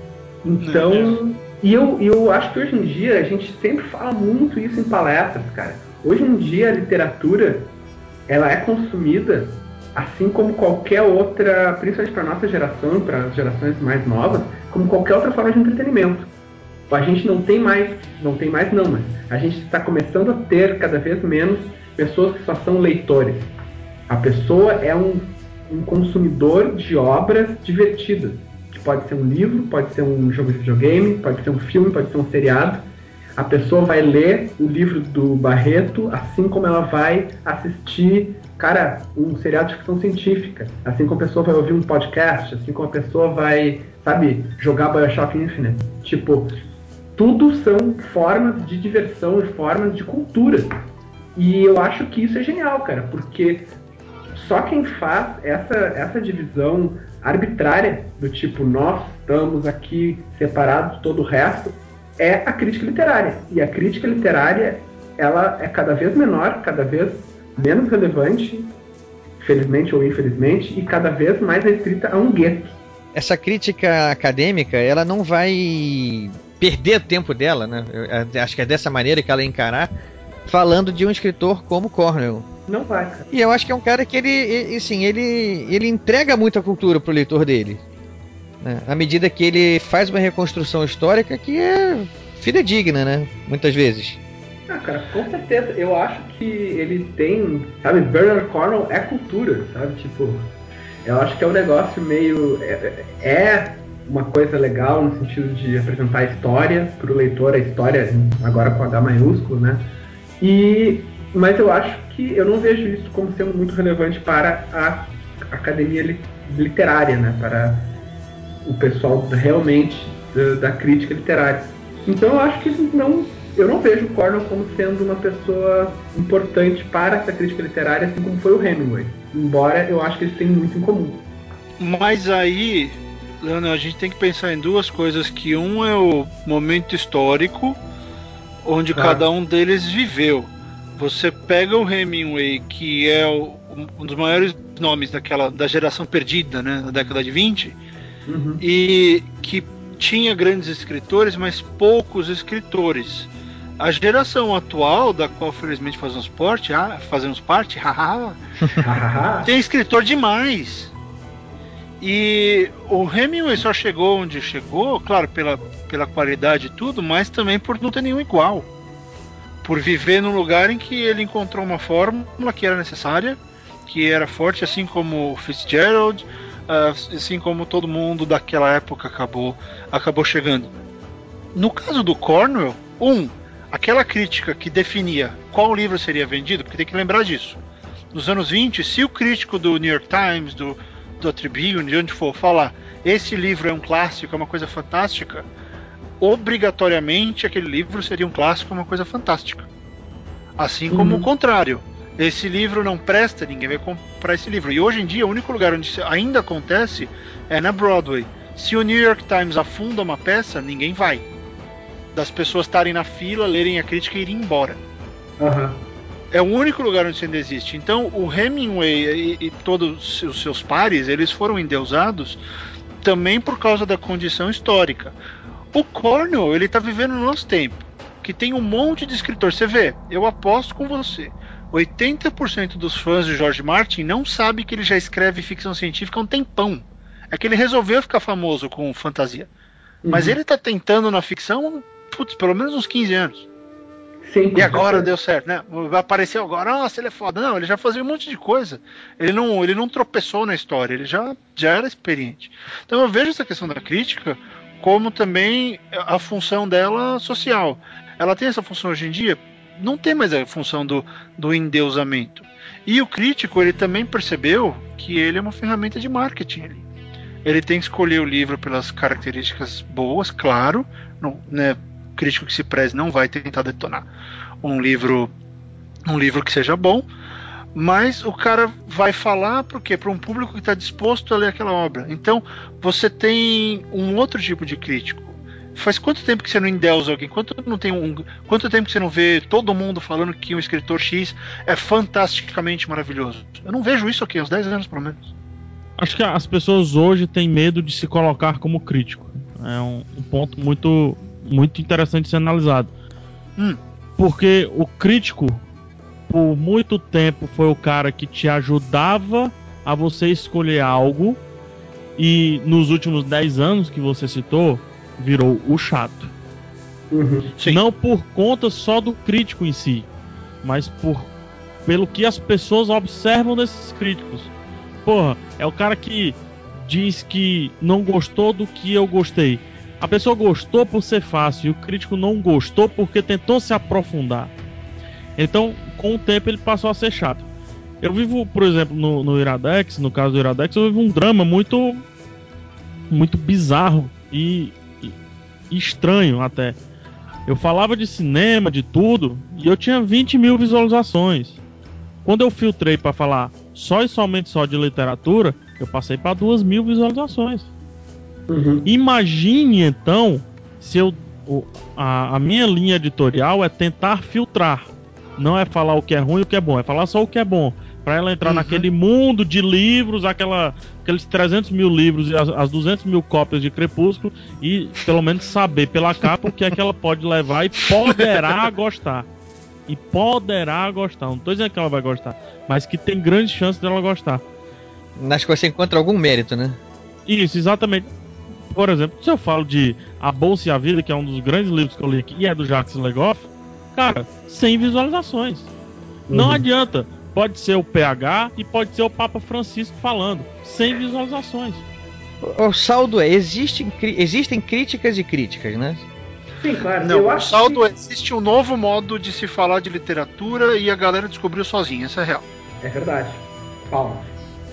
Então, e eu acho que hoje em dia a gente sempre fala muito isso em palestras, cara. Hoje em dia a literatura, ela é consumida assim como qualquer outra, principalmente para a nossa geração, para as gerações mais novas, como qualquer outra forma de entretenimento. A gente não tem mais, mas a gente está começando a ter cada vez menos pessoas que só são leitores. A pessoa é um consumidor de obras divertidas, que pode ser um livro, pode ser um jogo de videogame, pode ser um filme, pode ser um seriado. A pessoa vai ler o livro do Barreto, assim como ela vai assistir, cara, um seriado de ficção científica, assim como a pessoa vai ouvir um podcast, assim como a pessoa vai, sabe, jogar BioShock Infinite. Tipo, tudo são formas de diversão e formas de cultura. E eu acho que isso é genial, cara, porque só quem faz essa divisão arbitrária do tipo, nós estamos aqui separados de todo o resto, é a crítica literária. E a crítica literária, ela é cada vez menor, cada vez menos relevante, felizmente ou infelizmente, e cada vez mais restrita a um gueto. Essa crítica acadêmica, ela não vai perder o tempo dela, né? Eu acho que é dessa maneira que ela encarar, falando de um escritor como Cornwell. Não vai, cara. E eu acho que é um cara que ele entrega muita cultura pro leitor dele, né? À medida que ele faz uma reconstrução histórica que é fidedigna, né? Muitas vezes. Ah, cara, com certeza. Eu acho que ele tem, sabe, Bernard Cornwell é cultura, sabe? Tipo, eu acho que é um negócio meio... É uma coisa legal no sentido de apresentar a história pro leitor, a história agora com H maiúsculo, né? Mas eu acho que eu não vejo isso como sendo muito relevante para a academia literária, né? Para o pessoal realmente da crítica literária. Então eu acho que eu não vejo o Cornwell como sendo uma pessoa importante para essa crítica literária, assim como foi o Hemingway. Embora eu acho que eles têm muito em comum. Mas aí, Leonel, a gente tem que pensar em duas coisas, que um é o momento histórico onde cada um deles viveu. Você pega o Hemingway, que é um dos maiores nomes da geração perdida, né, na década de 20, e que tinha grandes escritores, mas poucos escritores. A geração atual, da qual felizmente fazemos parte, tem escritor demais. E o Hemingway só chegou onde chegou, claro, pela qualidade e tudo, mas também por não ter nenhum igual. Por viver num lugar em que ele encontrou uma fórmula que era necessária, que era forte, assim como o Fitzgerald, assim como todo mundo daquela época acabou chegando. No caso do Cornwell, aquela crítica que definia qual livro seria vendido, porque tem que lembrar disso. Nos anos 20, se o crítico do New York Times, do Tribune, de onde for, falar esse livro é um clássico, é uma coisa fantástica, obrigatoriamente aquele livro seria um clássico, uma coisa fantástica. Assim como o contrário. Esse livro não presta, ninguém vai comprar esse livro. E hoje em dia, o único lugar onde isso ainda acontece é na Broadway. Se o New York Times afunda uma peça, ninguém vai. Das pessoas estarem na fila, lerem a crítica e irem embora. É o único lugar onde isso ainda existe. Então, o Hemingway e todos os seus pares, eles foram endeusados também por causa da condição histórica. O Cornwell, ele tá vivendo no nosso tempo, que tem um monte de escritor. Você vê, eu aposto com você, 80% dos fãs de George Martin não sabe que ele já escreve ficção científica há um tempão. É que ele resolveu ficar famoso com fantasia. Mas ele tá tentando na ficção, pelo menos uns 15 anos. Sim, e agora deu certo, né? Apareceu agora, nossa, ele é foda. Não, ele já fazia um monte de coisa. Ele não tropeçou na história, ele já era experiente. Então eu vejo essa questão da crítica como também a função dela social. Ela tem essa função hoje em dia? Não tem mais a função do endeusamento. E o crítico, ele também percebeu que ele é uma ferramenta de marketing ali. Ele tem que escolher o livro pelas características boas, claro, né? Crítico que se preze não vai tentar detonar um livro que seja bom, mas o cara vai falar porque para um público que está disposto a ler aquela obra. Então você tem um outro tipo de crítico. Faz quanto tempo que você não endeusa alguém? Quanto tempo que você não vê todo mundo falando que um escritor X é fantasticamente maravilhoso? Eu não vejo isso aqui, uns 10 anos pelo menos. Acho que as pessoas hoje têm medo de se colocar como crítico. É um ponto muito, muito interessante de ser analisado. Porque o crítico, por muito tempo, foi o cara que te ajudava a você escolher algo, e nos últimos 10 anos que você citou, virou o chato. Não por conta só do crítico em si, mas pelo que as pessoas observam desses críticos. Porra, é o cara que diz que não gostou do que eu gostei. A pessoa gostou por ser fácil e o crítico não gostou porque tentou se aprofundar. Então, com o tempo, ele passou a ser chato. Eu vivo, por exemplo, no Iradex, no caso do Iradex, eu vivo um drama muito, muito bizarro e estranho até. Eu falava de cinema, de tudo, e eu tinha 20 mil visualizações. Quando eu filtrei para falar só e somente só de literatura, eu passei para 2.000 visualizações. Imagine então se a minha linha editorial é tentar filtrar, não é falar o que é ruim e o que é bom, é falar só o que é bom, para ela entrar naquele mundo de livros, aqueles 300 mil livros e as 200 mil cópias de Crepúsculo, e pelo menos saber pela capa o que é que ela pode levar e poderá gostar. Não tô dizendo que ela vai gostar, mas que tem grande chance dela gostar. Acho que você encontra algum mérito, né? Isso, exatamente. Por exemplo, se eu falo de A Bolsa e a Vida, que é um dos grandes livros que eu li aqui, e é do Jacques Legoff, cara, 100 visualizações. Não adianta. Pode ser o PH e pode ser o Papa Francisco falando. 100 visualizações. O saldo é, existem críticas e críticas, né? Sim, claro. Não, o saldo existe um novo modo de se falar de literatura e a galera descobriu sozinha, isso é real. É verdade. Palmas.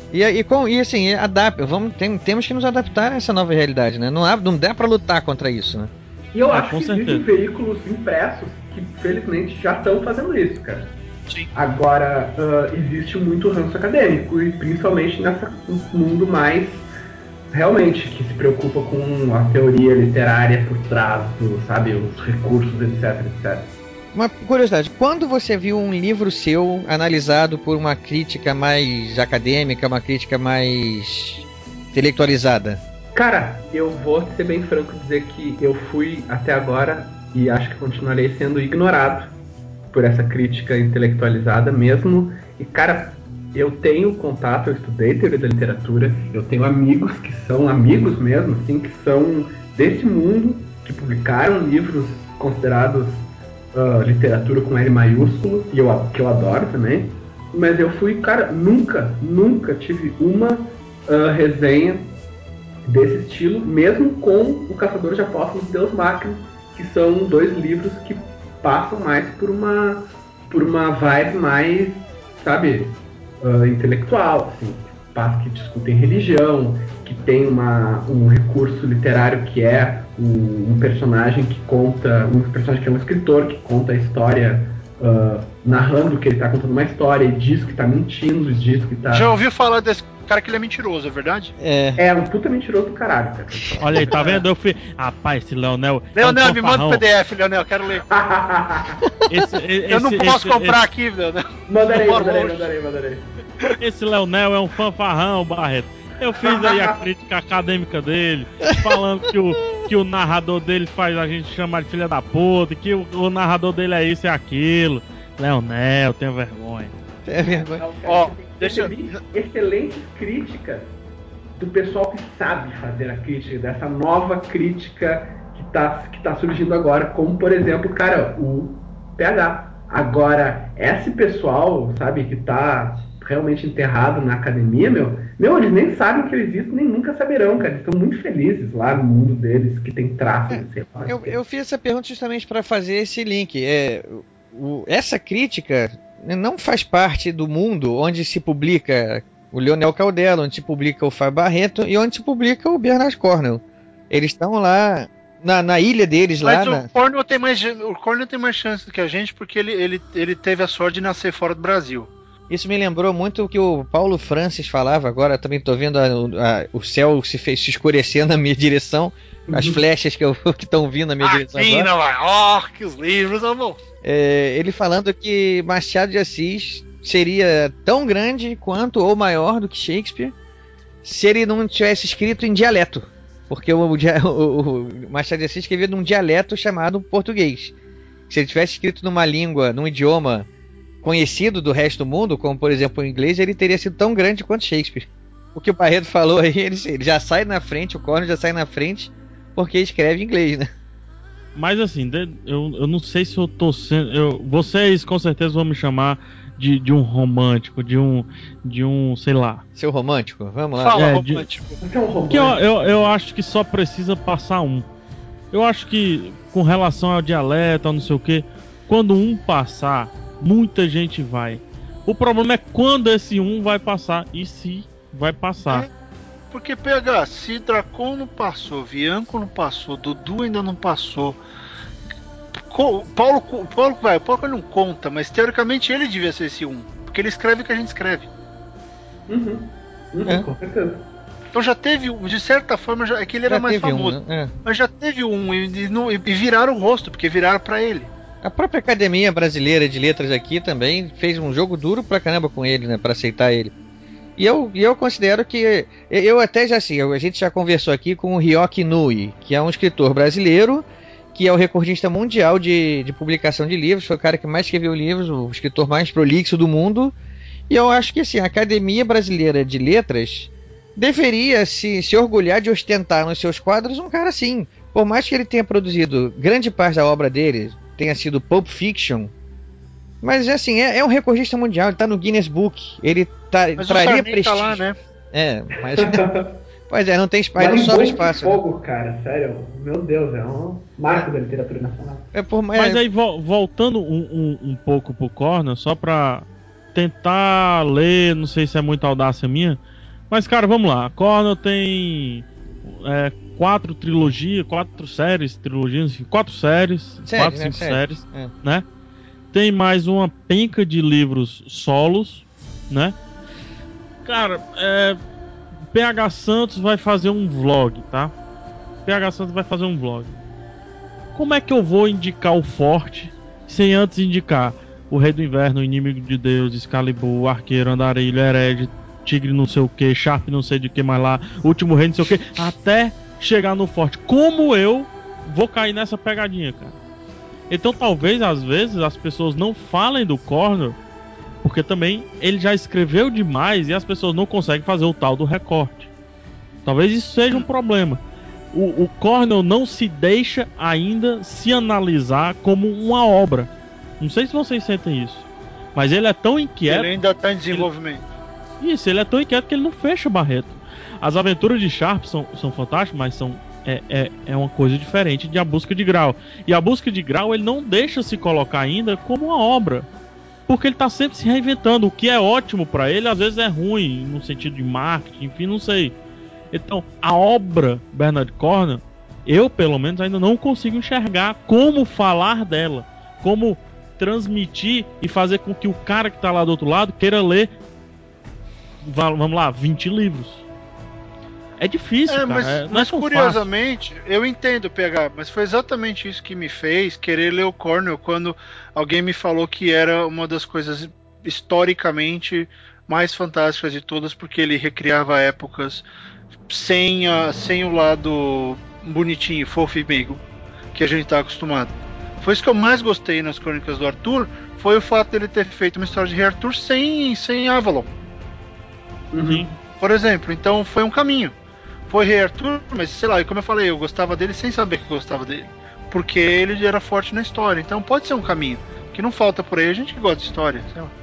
E assim, temos que nos adaptar a essa nova realidade, né? Não dá pra lutar contra isso, né? E eu acho com que certeza. existem veículos impressos que, felizmente, já estão fazendo isso, cara. Sim. Agora, existe muito ranço acadêmico, e principalmente nesse mundo mais, realmente, que se preocupa com a teoria literária por trás sabe, os recursos, etc, etc. Uma curiosidade, quando você viu um livro seu analisado por uma crítica mais acadêmica, uma crítica mais intelectualizada? Cara, eu vou ser bem franco e dizer que eu fui até agora, e acho que continuarei sendo ignorado por essa crítica intelectualizada mesmo. E, cara, eu tenho contato, eu estudei teoria da literatura, eu tenho amigos que são amigos mesmo, assim, que são desse mundo, que publicaram livros considerados literatura com L maiúsculo, que eu adoro também. Mas eu fui, cara, nunca tive uma resenha desse estilo, mesmo com o Caçador de Apóstolos e Deus Máquina, que são dois livros que passam mais por uma vibe mais, sabe, intelectual, assim, que discutem religião, que tem um recurso literário que é um personagem que é um escritor que conta a história, narrando que ele está contando uma história e diz que está mentindo, diz que está... Já ouviu falar desse cara que ele é mentiroso, é verdade? É um puta mentiroso do caralho, cara. Olha aí, tá vendo? Rapaz, esse Leonel. Leonel, é um me manda o fanfarrão. PDF, Leonel, quero ler. Eu não posso comprar aqui, Leonel. Mandarei. Esse Leonel é um fanfarrão, Barreto. Eu fiz aí a crítica acadêmica dele, falando que o narrador dele faz a gente chamar de filha da puta, que o narrador dele é isso e aquilo. Leonel, tenha vergonha. É vergonha. Ó, excelentes críticas do pessoal que sabe fazer a crítica, dessa nova crítica que tá surgindo agora, como, por exemplo, cara, o PH. Agora, esse pessoal, sabe, que tá realmente enterrado na academia, eles nem sabem que eu existo, nem nunca saberão, cara. Eles estão muito felizes lá no mundo deles, que tem traços, sei lá. Eu fiz essa pergunta justamente para fazer esse link. Essa crítica não faz parte do mundo onde se publica o Leonel Caldela, onde se publica o Fábio Barreto e onde se publica o Bernard Cornwell. Eles estão lá na ilha deles. Mas lá. O Cornwell tem mais chance do que a gente, porque ele teve a sorte de nascer fora do Brasil. Isso me lembrou muito o que o Paulo Francis falava. Agora também estou vendo o céu se escurecendo na minha direção. As flechas que estão vindo na minha direção agora. Nova York, os livros, amor. Ele falando que Machado de Assis seria tão grande quanto ou maior do que Shakespeare se ele não tivesse escrito em dialeto. Porque o Machado de Assis escrevia num dialeto chamado português. Se ele tivesse escrito numa língua, num idioma conhecido do resto do mundo, como por exemplo o inglês, ele teria sido tão grande quanto Shakespeare. O que o Barreto falou aí, ele já sai na frente, o Cornwell já sai na frente porque escreve em inglês, né? Mas assim, eu não sei se eu tô sendo... vocês com certeza vão me chamar de um romântico, de um, sei lá... Seu romântico? Vamos lá. Fala, romântico. Que eu acho que só precisa passar um. Eu acho que com relação ao dialeto, ao não sei o que, quando um passar, muita gente vai. O problema é quando esse um vai passar e se vai passar. Porque PH, se Dracon não passou, Vianco não passou, Dudu ainda não passou. Paulo não conta, mas teoricamente ele devia ser esse um. Porque ele escreve o que a gente escreve. Com certeza. Então já teve, de certa forma, é que ele era mais famoso. Mas já teve um e viraram o rosto, porque viraram pra ele. A própria Academia Brasileira de Letras aqui também fez um jogo duro pra caramba com ele, né? Pra aceitar ele. E eu considero que... Eu até já assim, a gente já conversou aqui com o Ryoki Nui, que é um escritor brasileiro, que é o recordista mundial de publicação de livros, foi o cara que mais escreveu livros, o escritor mais prolixo do mundo. E eu acho que assim, a Academia Brasileira de Letras deveria se orgulhar de ostentar nos seus quadros um cara assim. Por mais que ele tenha produzido grande parte da obra dele, tenha sido Pulp Fiction, mas assim, é um recordista mundial, ele tá no Guinness Book, ele traria prestígio. Tá lá, né? Mas... Pois não tem espaço, não sobra espaço. Fogo, cara, sério, meu Deus, é um marco da literatura nacional. Mas aí, voltando um pouco pro Cornwell, só pra tentar ler, não sei se é muita audácia minha, Mas, cara, vamos lá. Cornell tem 4 trilogias, 4 séries, trilogias, 4 séries, 4, 5 séries, né? Tem mais uma penca de livros solos, né? Cara, PH Santos vai fazer um vlog, tá? PH Santos vai fazer um vlog. Como é que eu vou indicar o Forte sem antes indicar o Rei do Inverno, o Inimigo de Deus, Excalibur, o Arqueiro, Andarilho, Herege, Tigre não sei o que, Sharp não sei de que mais lá, Último Rei não sei o que, até chegar no Forte? Como eu vou cair nessa pegadinha, cara? Então talvez às vezes as pessoas não falem do Cornell porque também ele já escreveu demais e as pessoas não conseguem fazer o tal do recorte. Talvez isso seja um problema. O Cornell não se deixa ainda se analisar como uma obra. Não sei se vocês sentem isso, mas ele é tão inquieto. Ele ainda está em desenvolvimento. Ele é tão inquieto que ele não fecha Barreto. As aventuras de Sharp são fantásticas, mas é uma coisa diferente de A Busca de Graal. E A Busca de Graal ele não deixa se colocar ainda como uma obra, porque ele está sempre se reinventando. O que é ótimo para ele às vezes é ruim no sentido de marketing, enfim, não sei. Então, a obra Bernard Cornwell, eu pelo menos ainda não consigo enxergar como falar dela, como transmitir e fazer com que o cara que está lá do outro lado queira ler, vamos lá, 20 livros. É difícil, cara. Mas curiosamente, eu entendo PH, mas foi exatamente isso que me fez querer ler o Cornwell quando alguém me falou que era uma das coisas historicamente mais fantásticas de todas, porque ele recriava épocas sem o lado bonitinho, fofo e meigo que a gente está acostumado. Foi isso que eu mais gostei nas Crônicas do Arthur, foi o fato dele ter feito uma história de Rei Arthur sem Avalon. Uhum. Por exemplo, então foi um caminho. Foi Rei Arthur, mas sei lá, como eu falei, eu gostava dele sem saber que eu gostava dele, porque ele era forte na história. Então pode ser um caminho que não falta por aí, a gente que gosta de história, sei lá.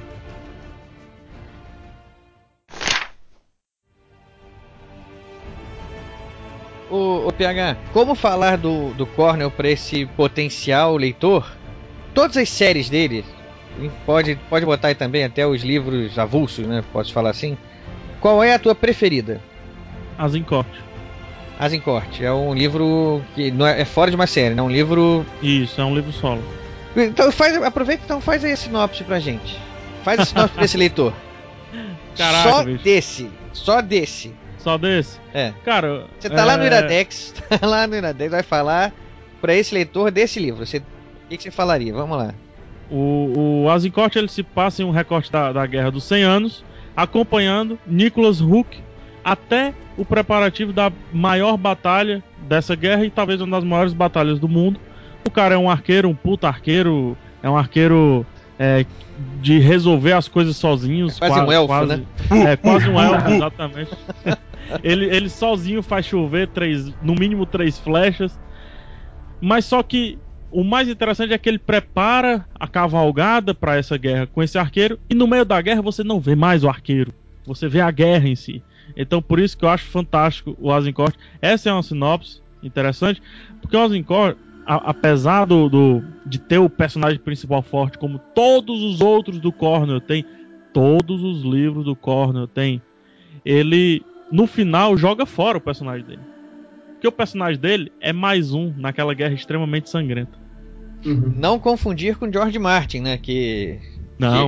O PH, como falar do Cornwell para esse potencial leitor? Todas as séries dele, pode botar aí também até os livros avulsos, né? Posso falar assim? Qual é a tua preferida? Azincourt. Azincourt é um livro que não é fora de uma série, não é um livro. Isso, é um livro solo. Então aproveita e faz aí a sinopse pra gente. Faz a sinopse desse leitor. Caraca, só bicho. desse. Só desse. Só desse? É. Cara, você tá lá no Iradex, vai falar pra esse leitor desse livro. O que você falaria? Vamos lá. O Azincourt ele se passa em um recorte da Guerra dos 100 Anos, acompanhando Nicholas Rook até o preparativo da maior batalha dessa guerra e talvez uma das maiores batalhas do mundo. O cara é um arqueiro, um puta arqueiro, é um arqueiro de resolver as coisas sozinhos. Quase um elfo, né? É, quase um elfo, exatamente. Ele sozinho faz chover no mínimo 3 flechas. Mas só que o mais interessante é que ele prepara a cavalgada para essa guerra com esse arqueiro, e no meio da guerra você não vê mais o arqueiro, você vê a guerra em si. Então por isso que eu acho fantástico o Azincourt. Essa é uma sinopse interessante, porque o Azincourt, apesar de ter o personagem principal forte, como todos os outros do Cornwell tem, todos os livros do Cornwell tem, ele no final joga fora o personagem dele. Porque o personagem dele é mais um naquela guerra extremamente sangrenta. Não confundir com George Martin, né? Não.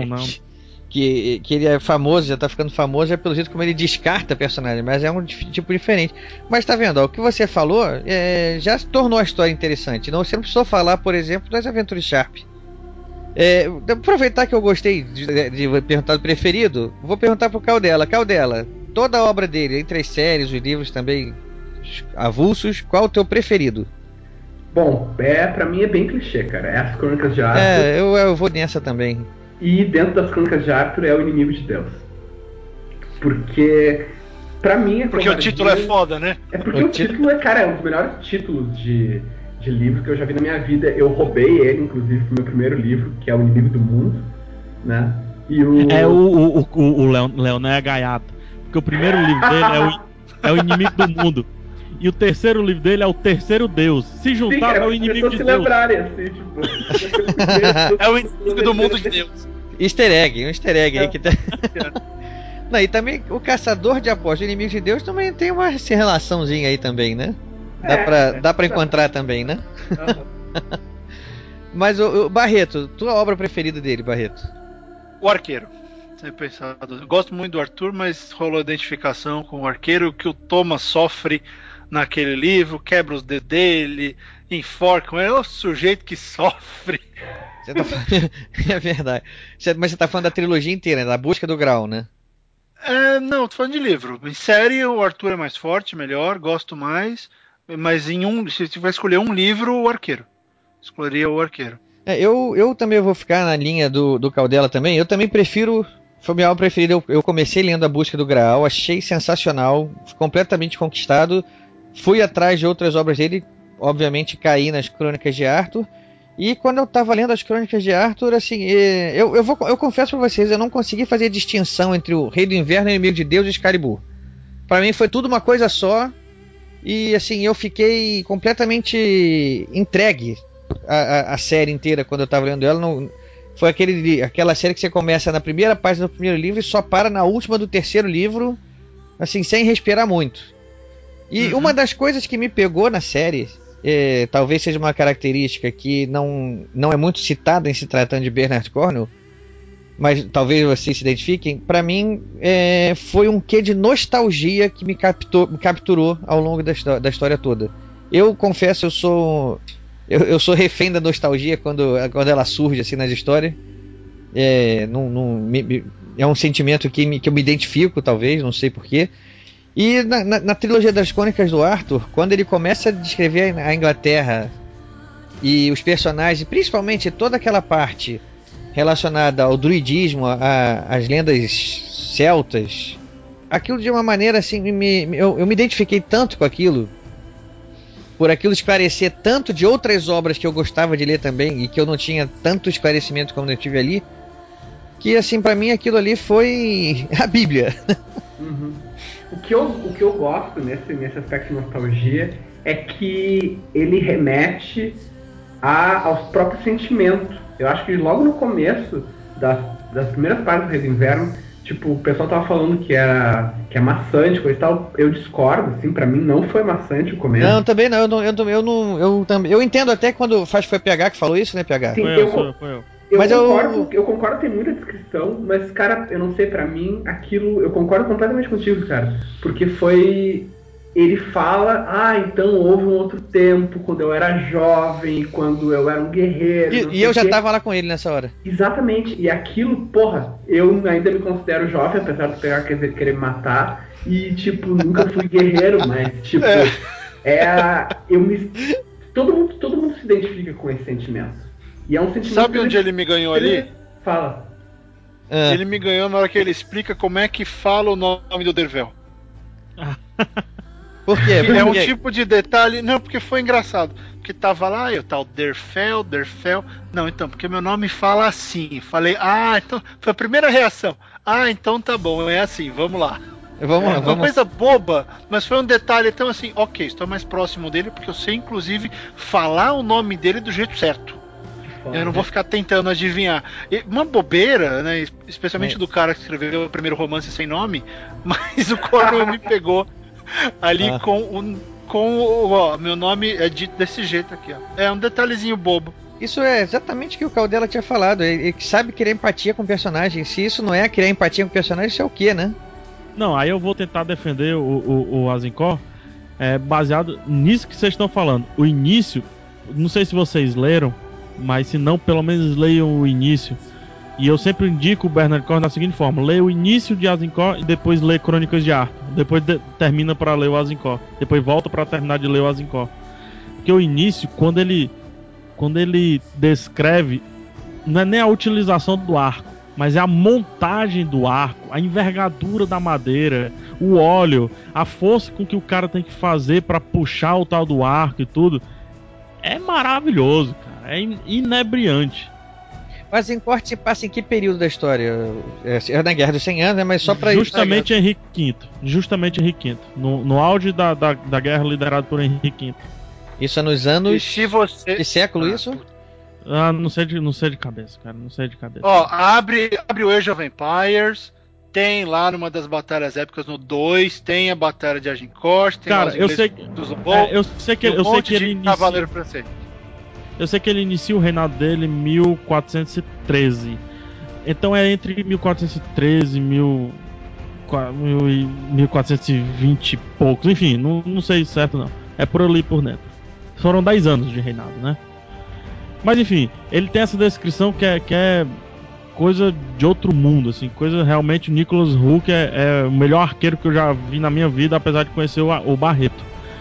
Que ele é famoso, já tá ficando famoso, é pelo jeito como ele descarta personagem, mas é um tipo diferente. Mas tá vendo, ó, o que você falou já tornou a história interessante. Não, você não precisou falar, por exemplo, das Aventuras Sharp. Aproveitar que eu gostei de perguntar do preferido, vou perguntar pro Caldela. Caldela, toda a obra dele, entre as séries, os livros também avulsos, qual o teu preferido? Bom, pra mim é bem clichê, cara. É as Crônicas de Arthur. Eu vou nessa também. E dentro das Crônicas de Arthur é o Inimigo de Deus. Porque, pra mim... Porque o título é foda, né? É porque o título é um dos melhores títulos de livro que eu já vi na minha vida. Eu roubei ele, inclusive, pro meu primeiro livro, que é o Inimigo do Mundo, né? E o Leonel é gaiato. Porque o primeiro livro dele é o Inimigo do Mundo. E o terceiro livro dele é o Terceiro Deus. Se juntar é o Inimigo de Deus. Lembrarem, assim, tipo, é o Inimigo do Mundo de Deus. Um easter egg aí que tá... Não, e também o Caçador de Apostas, Inimigos de Deus, também tem uma essa relaçãozinha aí também, né? Dá pra encontrar também, né? Mas o Barreto, tua obra preferida dele, Barreto? O Arqueiro. Sempre pensado. Eu gosto muito do Arthur, mas rolou identificação com o Arqueiro, que o Thomas sofre naquele livro, quebra os dedos dele, enforca, é o sujeito que sofre. É verdade. Mas você tá falando da trilogia inteira, né? Da Busca do Graal, né? Não, tô falando de livro. Em série, o Arthur é mais forte, melhor, gosto mais. Mas se tiver escolher um livro, o Arqueiro. Escolheria o Arqueiro. Eu também vou ficar na linha do Caldela também. Eu também prefiro. Foi minha obra preferida. Eu comecei lendo A Busca do Graal, achei sensacional, completamente conquistado. Fui atrás de outras obras dele, obviamente caí nas Crônicas de Arthur. E quando eu tava lendo as Crônicas de Arthur, assim, eu confesso pra vocês, eu não consegui fazer distinção entre o Rei do Inverno, Inimigo de Deus e Excalibur. Pra mim foi tudo uma coisa só. E assim, eu fiquei completamente entregue à série inteira quando eu tava lendo ela. Foi aquela série que você começa na primeira página do primeiro livro e só para na última do terceiro livro, assim, sem respirar muito. E uma das coisas que me pegou na série, talvez seja uma característica que não é muito citada em se tratando de Bernard Cornwell, mas talvez vocês se identifiquem, pra mim foi um quê de nostalgia que me capturou ao longo da história toda. Eu confesso, eu sou refém da nostalgia quando ela surge assim nas histórias. É um sentimento que eu me identifico, talvez, não sei porquê. E na trilogia das Crônicas do Arthur, quando ele começa a descrever a Inglaterra e os personagens, principalmente toda aquela parte relacionada ao druidismo, às lendas celtas, aquilo de uma maneira assim, eu me identifiquei tanto com aquilo, por aquilo esclarecer tanto de outras obras que eu gostava de ler também e que eu não tinha tanto esclarecimento como eu tive ali, que assim, pra mim aquilo ali foi a Bíblia. Uhum. O que eu gosto nesse aspecto de nostalgia é que ele remete aos próprios sentimentos. Eu acho que logo no começo das primeiras partes do Rei do Inverno, tipo, o pessoal tava falando que é maçante, coisa e tal. Eu discordo, assim, pra mim não foi maçante o começo. Não, também não. Eu entendo até quando foi PH que falou isso, né, PH? Sim, foi eu. Eu concordo, tem muita descrição, mas, cara, eu não sei, pra mim, aquilo, eu concordo completamente contigo, cara, porque ele fala, então houve um outro tempo, quando eu era jovem, quando eu era um guerreiro. E eu já tava lá com ele nessa hora. Exatamente, e aquilo, porra, eu ainda me considero jovem, apesar de pegar querer me matar, e, tipo, nunca fui guerreiro, mas, tipo, todo mundo se identifica com esse sentimento. E é um sentimento. Sabe onde ele me ganhou ali? Fala. Ele me ganhou na hora que ele explica como é que fala o nome do Dervel. Por quê? É um tipo de detalhe. Não, porque foi engraçado. Porque tava lá, eu tal, Derfel. Não, então, porque meu nome fala assim. Falei, então. Foi a primeira reação. Então tá bom, é assim, vamos lá. Vamos. Uma coisa boba, mas foi um detalhe tão assim, ok, estou mais próximo dele porque eu sei, inclusive, falar o nome dele do jeito certo. Eu não vou ficar tentando adivinhar. Uma bobeira, né? Especialmente do cara que escreveu o primeiro romance sem nome, mas o Cornwell me pegou ali com meu nome é dito desse jeito aqui, ó. É um detalhezinho bobo. Isso é exatamente o que o Caldela tinha falado. Ele sabe criar empatia com o personagem. Se isso não é criar empatia com o personagem, isso é o quê, né? Não, aí eu vou tentar defender o Azincourt baseado nisso que vocês estão falando. O início, não sei se vocês leram, mas se não, pelo menos leiam o início. E eu sempre indico o Bernard Cornwell da seguinte forma: leia o início de Azincourt e depois lê Crônicas de Arthur. Depois termina para ler o Azincourt. Depois volta para terminar de ler o Azincourt. Porque o início, quando ele descreve, não é nem a utilização do arco, mas é a montagem do arco, a envergadura da madeira, o óleo, a força com que o cara tem que fazer para puxar o tal do arco e tudo. É maravilhoso, cara. É inebriante. Mas em corte passa em que período da história? É na Guerra dos 100 Anos, né? Mas só pra Justamente Henrique V. Justamente Henrique V. No auge da guerra liderada por Henrique V. Isso é nos anos... Que século isso? Não sei de cabeça, cara. Não sei de cabeça. Ó, abre o Age of Empires. tem lá numa das batalhas épicas, no 2, tem a batalha de Agincourt, tem Cara, eu sei que ele inicia... cavaleiro francês. Eu sei que ele inicia o reinado dele em 1413. Então é entre 1413 e 1420 e poucos. Enfim, não sei certo não. É por ali por dentro. Foram 10 anos de reinado, né? Mas enfim, ele tem essa descrição que é coisa de outro mundo, assim. Coisa realmente, o Nicholas Hoult é o melhor arqueiro que eu já vi na minha vida, apesar de conhecer o Barreto.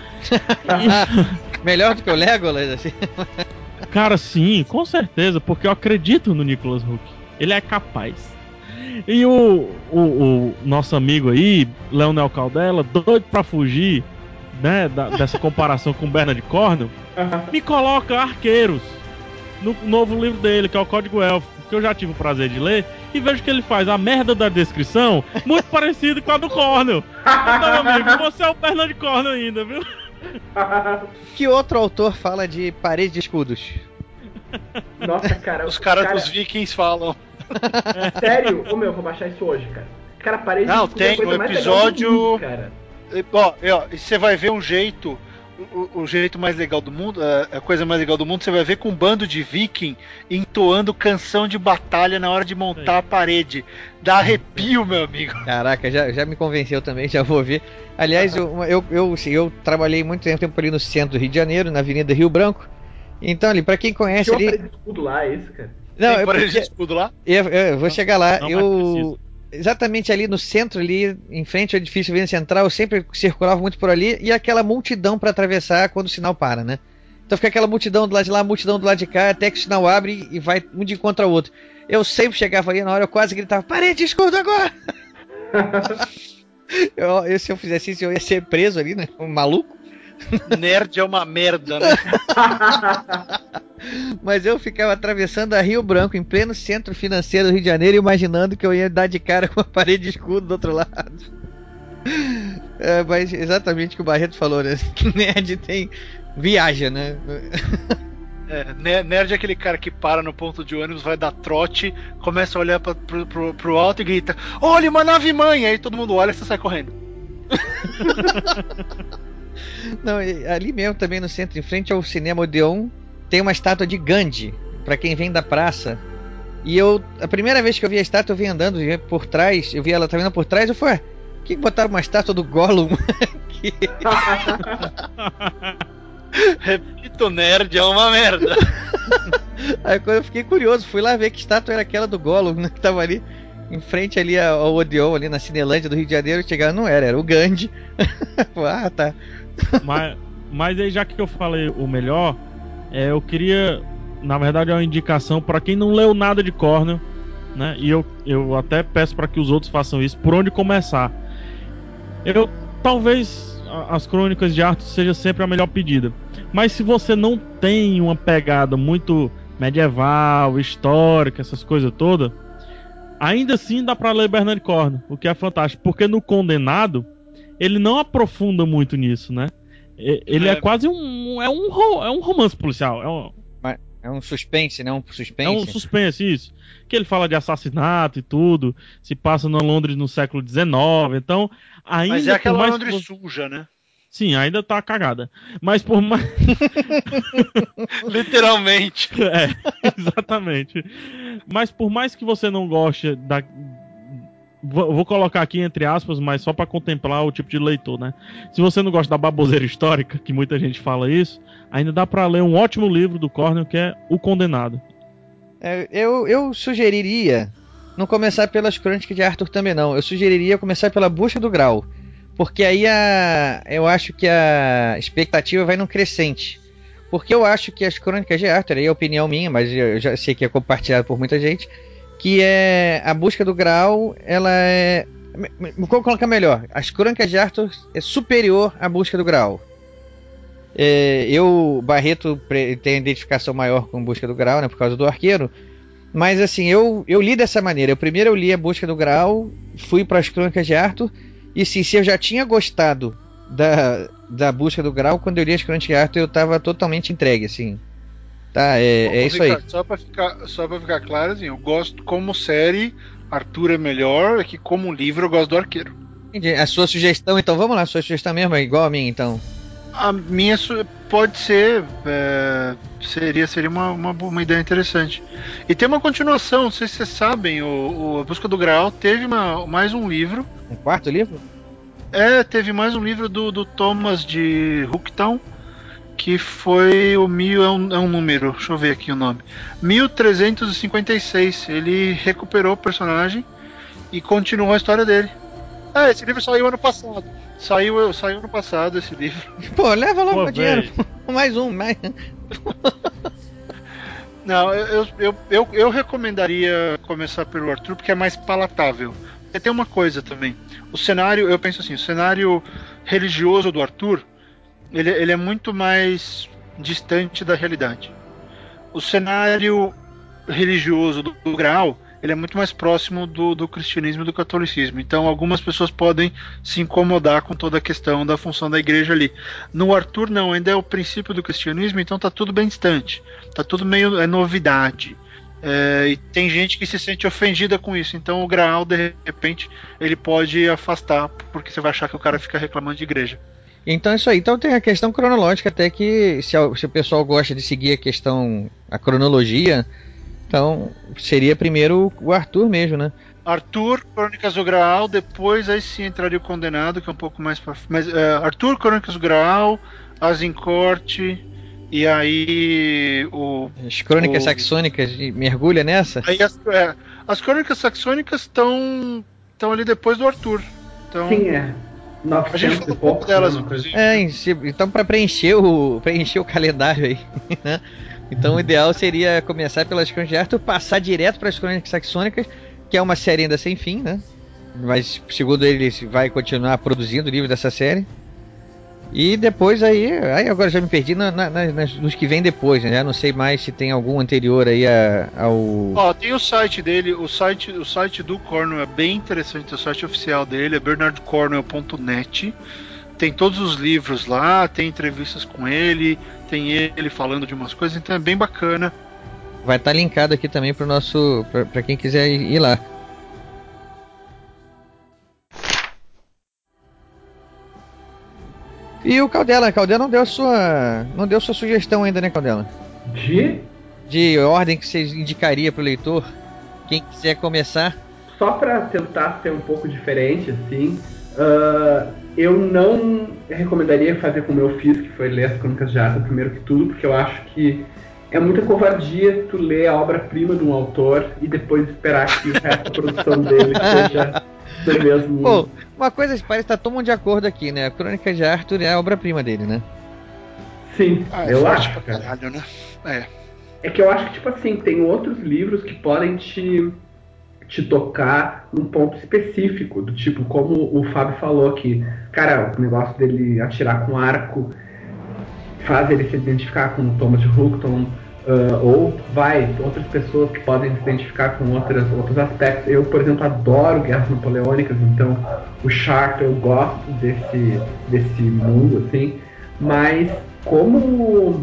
Melhor do que o Legolas, assim. Cara, sim, com certeza, porque eu acredito no Nicholas Hoult. Ele é capaz. E o nosso amigo aí, Leonel Caldela, doido pra fugir, né, dessa comparação com Bernard Cornwell, me coloca arqueiros no novo livro dele, que é o Código Élfico, que eu já tive o prazer de ler, e vejo que ele faz a merda da descrição muito parecida com a do Cornwell. Então, amigo, você é o Bernard Cornwell ainda, viu? Que outro autor fala de parede de escudos? Nossa, cara. Os caras dos Vikings falam. Sério? Ô meu, vou baixar isso hoje, cara. Cara, parede Não, de escudo é a tem coisa um mais episódio. legal do mundo, cara. E você vai ver um jeito. O jeito mais legal do mundo, a coisa mais legal do mundo, você vai ver com um bando de viking entoando canção de batalha na hora de montar a parede. Dá arrepio, meu amigo. Caraca, já me convenceu também, já vou ver. Aliás, eu trabalhei muito tempo ali no centro do Rio de Janeiro, na Avenida Rio Branco. Então ali, pra quem conhece ali... Tem uma parede de escudo lá, é isso, cara? Não, tem parede de escudo lá? Eu vou chegar lá. Não, exatamente ali no centro, ali em frente ao edifício Avenida Central, eu sempre circulava muito por ali, e aquela multidão para atravessar quando o sinal para, né? Então fica aquela multidão do lado de lá, multidão do lado de cá, até que o sinal abre e vai um de encontro ao outro. Eu sempre chegava ali na hora, eu quase gritava: parede de escudo agora! Se eu fizesse isso, eu ia ser preso ali, né? Um maluco. Nerd é uma merda, né? Mas eu ficava atravessando a Rio Branco, em pleno centro financeiro do Rio de Janeiro, imaginando que eu ia dar de cara com uma parede de escudo do outro lado. Mas exatamente o que o Barreto falou, né? Que nerd viaja, né? Nerd é aquele cara que para no ponto de ônibus, vai dar trote, começa a olhar pro alto e grita: olha, uma nave mãe! Aí todo mundo olha e você sai correndo. Não, ali mesmo também no centro, em frente ao Cinema Odeon, tem uma estátua de Gandhi, pra quem vem da praça. E a primeira vez que eu vi a estátua, eu vim andando, eu vi por trás, eu vi ela tá vindo por trás, eu falei: por que botaram uma estátua do Gollum aqui? Repito, nerd é uma merda. Aí quando eu fiquei curioso, fui lá ver que estátua era aquela do Gollum, né, que tava ali em frente ali ao Odeon, ali na Cinelândia do Rio de Janeiro. Chegaram, não era o Gandhi. Ah, tá. Mas aí, já que eu falei o melhor, eu queria, na verdade, uma indicação para quem não leu nada de Cornwell, né? E eu até peço para que os outros façam isso. Por onde começar? Talvez as Crônicas de Arthur seja sempre a melhor pedida. Mas se você não tem uma pegada muito medieval, histórica, essas coisas todas, ainda assim dá para ler Bernard Cornwell, o que é fantástico, porque no Condenado ele não aprofunda muito nisso, né? Ele é quase um romance policial. É um suspense, né? É um suspense, isso. Que ele fala de assassinato e tudo. Se passa na Londres no século XIX. Então, ainda. Mas é aquela Londres suja, né? Sim, ainda tá cagada. Mas por mais. Literalmente. Exatamente. Mas por mais que você não goste da. Vou colocar aqui entre aspas, mas só para contemplar o tipo de leitor, né? Se você não gosta da baboseira histórica, que muita gente fala isso, ainda dá para ler um ótimo livro do Cornwell, que é O Condenado. Eu sugeriria não começar pelas Crônicas de Arthur também, não. Eu sugeriria começar pela Busca do Graal, porque aí eu acho que a expectativa vai num crescente. Porque eu acho que as Crônicas de Arthur, aí é opinião minha, mas eu já sei que é compartilhado por muita gente, que é a Busca do Graal, ela é... Vou colocar melhor. As Crônicas de Arthur é superior à Busca do Graal. Barreto tem identificação maior com Busca do Graal, né, por causa do arqueiro. Mas assim, eu li dessa maneira. Primeiro eu li a Busca do Graal, fui para as Crônicas de Arthur, e assim, se eu já tinha gostado da Busca do Graal, quando eu li as Crônicas de Arthur, eu estava totalmente entregue, assim. Tá, é isso Ricardo, aí. Só pra ficar claro, assim, eu gosto como série Arthur é melhor, é que como livro eu gosto do Arqueiro. Entendi. A sua sugestão, então, vamos lá, a sua sugestão mesmo é igual a minha, então. A minha pode ser, seria uma ideia interessante. E tem uma continuação, não sei se vocês sabem, A Busca do Graal teve mais um livro. Um quarto livro? Teve mais um livro do Thomas de Hooktown, que foi o 1000, é um número, deixa eu ver aqui o nome, 1356. Ele recuperou o personagem e continuou a história dele. Esse livro saiu ano passado. Saiu ano passado esse livro. Pô, leva logo o dinheiro. Mais um. Não, eu recomendaria começar pelo Arthur, porque é mais palatável. E tem uma coisa também. O cenário, eu penso assim, o cenário religioso do Arthur, ele é muito mais distante da realidade. O cenário religioso do Graal, ele é muito mais próximo do cristianismo e do catolicismo. Então algumas pessoas podem se incomodar com toda a questão da função da igreja ali. No Arthur não, ainda é o princípio do cristianismo, então tá tudo bem distante. Tá tudo meio novidade. E tem gente que se sente ofendida com isso. Então o Graal, de repente, ele pode afastar, porque você vai achar que o cara fica reclamando de igreja. Então é isso aí. Então tem a questão cronológica, até que se o pessoal gosta de seguir a cronologia, então seria primeiro o Arthur mesmo, né? Arthur, Crônicas do Graal, depois aí sim entraria o Condenado, que é um pouco mais pra... Mas Arthur, Crônicas do Graal, Azincourt, e aí as Crônicas Saxônicas mergulha nessa? Aí as Crônicas Saxônicas estão ali depois do Arthur. Então, sim, 900 a gente falou e pouco delas, inclusive. Então para preencher o calendário aí, né? Então o ideal seria começar pelas Crônicas de Arthur, passar direto para as Crônicas Saxônicas, que é uma série ainda sem fim, né? Mas segundo ele vai continuar produzindo livros dessa série. E depois aí agora já me perdi nos que vem depois, né? Já não sei mais se tem algum anterior aí ao... tem o site dele, o site do Cornwell é bem interessante, o site oficial dele é bernardcornwell.net. Tem todos os livros lá, tem entrevistas com ele, tem ele falando de umas coisas, então é bem bacana. Vai estar linkado aqui também para quem quiser ir lá. E o Caldela não deu sua sugestão ainda, né, Caldela? De ordem que você indicaria pro leitor, quem quiser começar? Só para tentar ser um pouco diferente, assim, eu não recomendaria fazer como eu fiz, que foi ler as Crônicas de Arthur primeiro que tudo, porque eu acho que é muita covardia tu ler a obra-prima de um autor e depois esperar que o resto da produção dele seja do mesmo. Pô, uma coisa que parece que tá todo mundo de acordo aqui, né? A Crônica de Arthur é a obra-prima dele, né? Sim, eu acho, cara. Caralho, né? É que eu acho que, tipo assim, tem outros livros que podem te tocar num ponto específico, do tipo, como o Fábio falou aqui, cara, o negócio dele atirar com arco faz ele se identificar com o Thomas de Hookton, ou outras pessoas que podem se identificar com outros aspectos. Eu, por exemplo, adoro Guerras Napoleônicas, então o Sharpe, eu gosto desse mundo, assim, mas como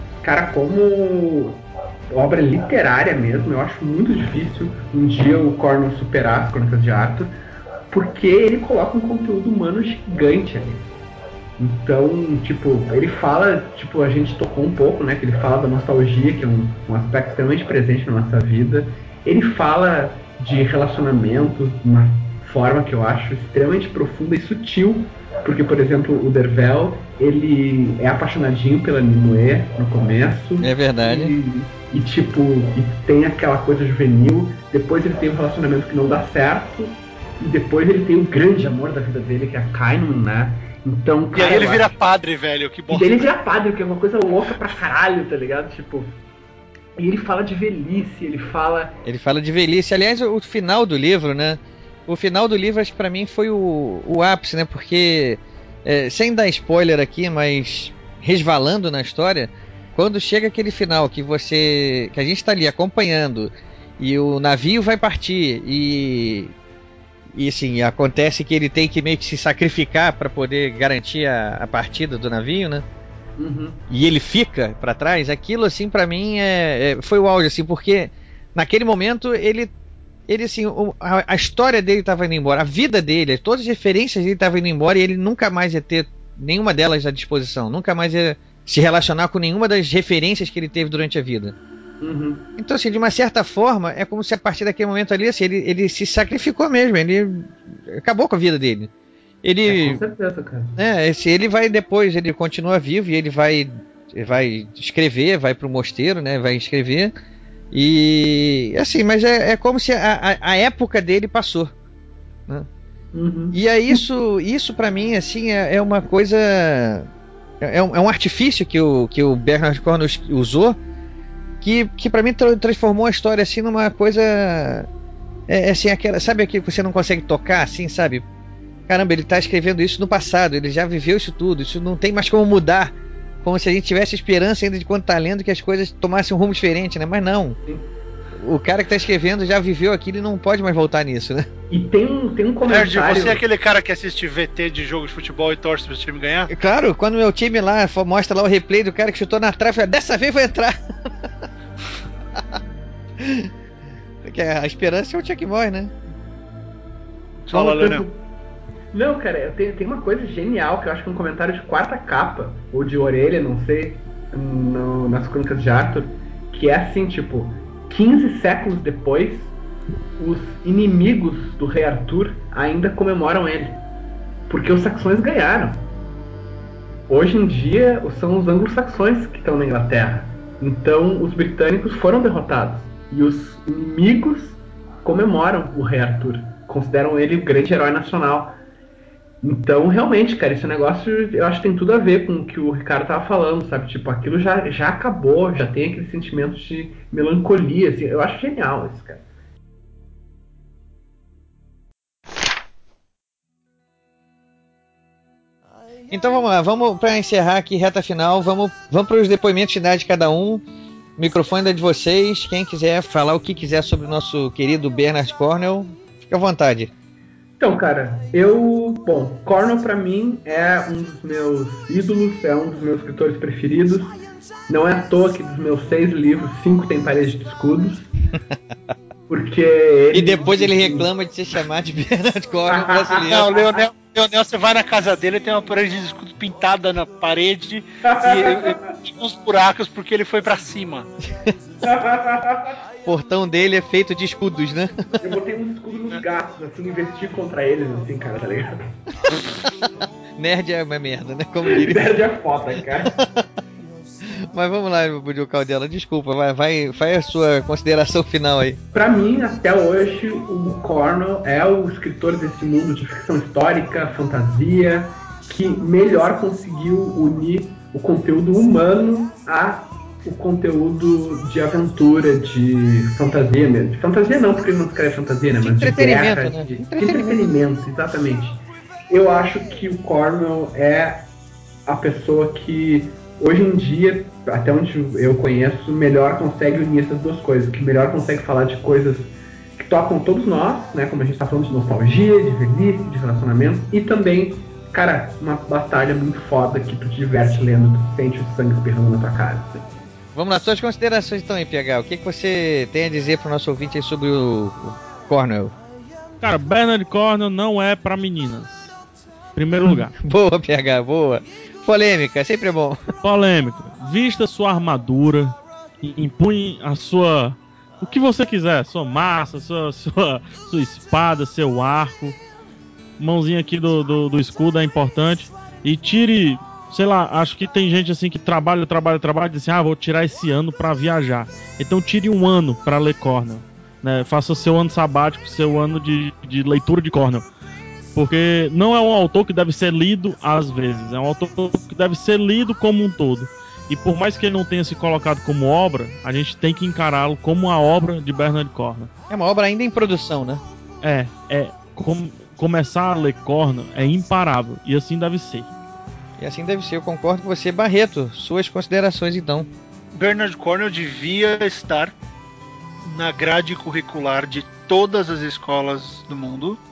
obra literária mesmo, eu acho muito difícil um dia o Cornwell superar as Crônicas de Arthur, porque ele coloca um conteúdo humano gigante ali. Então, tipo, ele fala, tipo, a gente tocou um pouco, né, que ele fala da nostalgia, que é um aspecto extremamente presente na nossa vida. Ele fala de relacionamentos de uma forma que eu acho extremamente profunda e sutil, porque, por exemplo, o Dervel, ele é apaixonadinho pela Nimue no começo. É verdade. E tem aquela coisa juvenil, depois ele tem um relacionamento que não dá certo, e depois ele tem o grande amor da vida dele, que é a Kainun, né? Então, cara, e aí ele vira padre, velho, que bosta. E daí ele vira padre, que é uma coisa louca pra caralho, tá ligado? Tipo... E ele fala de velhice, ele fala de velhice. Aliás, o final do livro, né? O final do livro, acho que pra mim foi o ápice, né? Porque, sem dar spoiler aqui, mas resvalando na história, quando chega aquele final que a gente tá ali acompanhando, e o navio vai partir, e assim, acontece que ele tem que meio que se sacrificar para poder garantir a partida do navio, né? Uhum. E ele fica para trás. Aquilo, assim, para mim foi o auge, assim, porque naquele momento ele ele assim, a história dele estava indo embora, a vida dele, todas as referências dele estavam indo embora e ele nunca mais ia ter nenhuma delas à disposição, nunca mais ia se relacionar com nenhuma das referências que ele teve durante a vida. Uhum. Então, assim, de uma certa forma, é como se a partir daquele momento ali, assim, ele se sacrificou mesmo, ele acabou com a vida dele. Ele, com certeza, cara. Ele vai depois, ele continua vivo e ele vai escrever, vai pro mosteiro, né, vai escrever. E assim, mas é como se a época dele passou, né? Uhum. E é isso para mim assim é uma coisa, é um artifício que o Bernard Cornwell usou que para mim transformou a história assim numa coisa assim, aquela, sabe aquilo que você não consegue tocar assim, sabe? Caramba, ele tá escrevendo isso no passado, ele já viveu isso tudo, isso não tem mais como mudar. Como se a gente tivesse esperança ainda de quando tá lendo que as coisas tomassem um rumo diferente, né? Mas não. O cara que tá escrevendo já viveu aquilo e não pode mais voltar nisso, né? E tem um comentário... Nerd, você é aquele cara que assiste VT de jogo de futebol e torce pro time ganhar? Claro, quando meu time lá mostra lá o replay do cara que chutou na trave, dessa vez vai entrar. Porque a esperança é o Chuck Moore, né? Fala, Leonel. Não, cara, tem uma coisa genial que eu acho que é um comentário de quarta capa, ou de orelha, não sei, nas Crônicas de Arthur, que é assim, tipo, 15 séculos depois, os inimigos do rei Arthur ainda comemoram ele, porque os saxões ganharam. Hoje em dia, são os anglo-saxões que estão na Inglaterra, então os britânicos foram derrotados, e os inimigos comemoram o rei Arthur, consideram ele o grande herói nacional. Então, realmente, cara, esse negócio eu acho que tem tudo a ver com o que o Ricardo tava falando, sabe? Tipo, aquilo já acabou, já tem aquele sentimento de melancolia, assim. Eu acho genial isso, cara. Então vamos lá, vamos para encerrar aqui, reta final, vamos para os depoimentos finais de cada um. O microfone é de vocês, quem quiser falar o que quiser sobre o nosso querido Bernard Cornwell, fica à vontade. Então, cara, Cornwell pra mim é um dos meus ídolos, é um dos meus escritores preferidos. Não é à toa que dos meus 6 livros, 5 tem parede de escudos. Porque ele... E depois ele reclama de ser chamado de Bernard Cornwell brasileiro. Não, Leonel, você vai na casa dele e tem uma parede de escudo pintada na parede e tem uns buracos porque ele foi pra cima. O portão dele é feito de escudos, né? Eu botei uns escudos nos gatos, assim, investi contra eles, assim, cara, tá ligado? Nerd é uma merda, né? Como diria. Nerd é foda, cara. Mas vamos lá, Budil Caldela, desculpa, vai a sua consideração final aí. Pra mim, até hoje, o Cornwell é o escritor desse mundo de ficção histórica, fantasia, que melhor conseguiu unir o conteúdo humano o conteúdo de aventura, de fantasia mesmo. De fantasia não, porque ele não escreve fantasia, né? Mas de guerra, né? de entretenimento, exatamente. Eu acho que o Cornwell é a pessoa que, hoje em dia, até onde eu conheço, melhor consegue unir essas duas coisas, que melhor consegue falar de coisas que tocam todos nós, né? Como a gente tá falando de nostalgia, de velhice, de relacionamento, e também, cara, uma batalha muito foda que tu te diverte lendo, tu sente o sangue espirrando na tua cara. Vamos lá, suas considerações então aí, PH. O que você tem a dizer pro nosso ouvinte aí sobre o Cornwell? Cara, Bernard Cornwell não é pra meninas. Primeiro lugar. Boa, PH, boa. Polêmica, sempre é bom. Polêmica. Vista sua armadura, empunhe a sua... o que você quiser, sua massa, sua espada, seu arco. Mãozinha aqui do escudo é importante. E tire... sei lá, acho que tem gente assim que trabalha e diz assim, vou tirar esse ano pra viajar. Então tire um ano pra ler Cornwell, né? Faça o seu ano sabático, seu ano de leitura de Cornwell. Porque não é um autor que deve ser lido às vezes, é um autor que deve ser lido como um todo. E por mais que ele não tenha se colocado como obra, a gente tem que encará-lo como a obra de Bernard Cornwell. É uma obra ainda em produção, né? Começar a ler Cornwell é imparável, e assim deve ser. E assim deve ser, eu concordo com você. Barreto, suas considerações então. Bernard Cornwell devia estar na grade curricular de todas as escolas do mundo.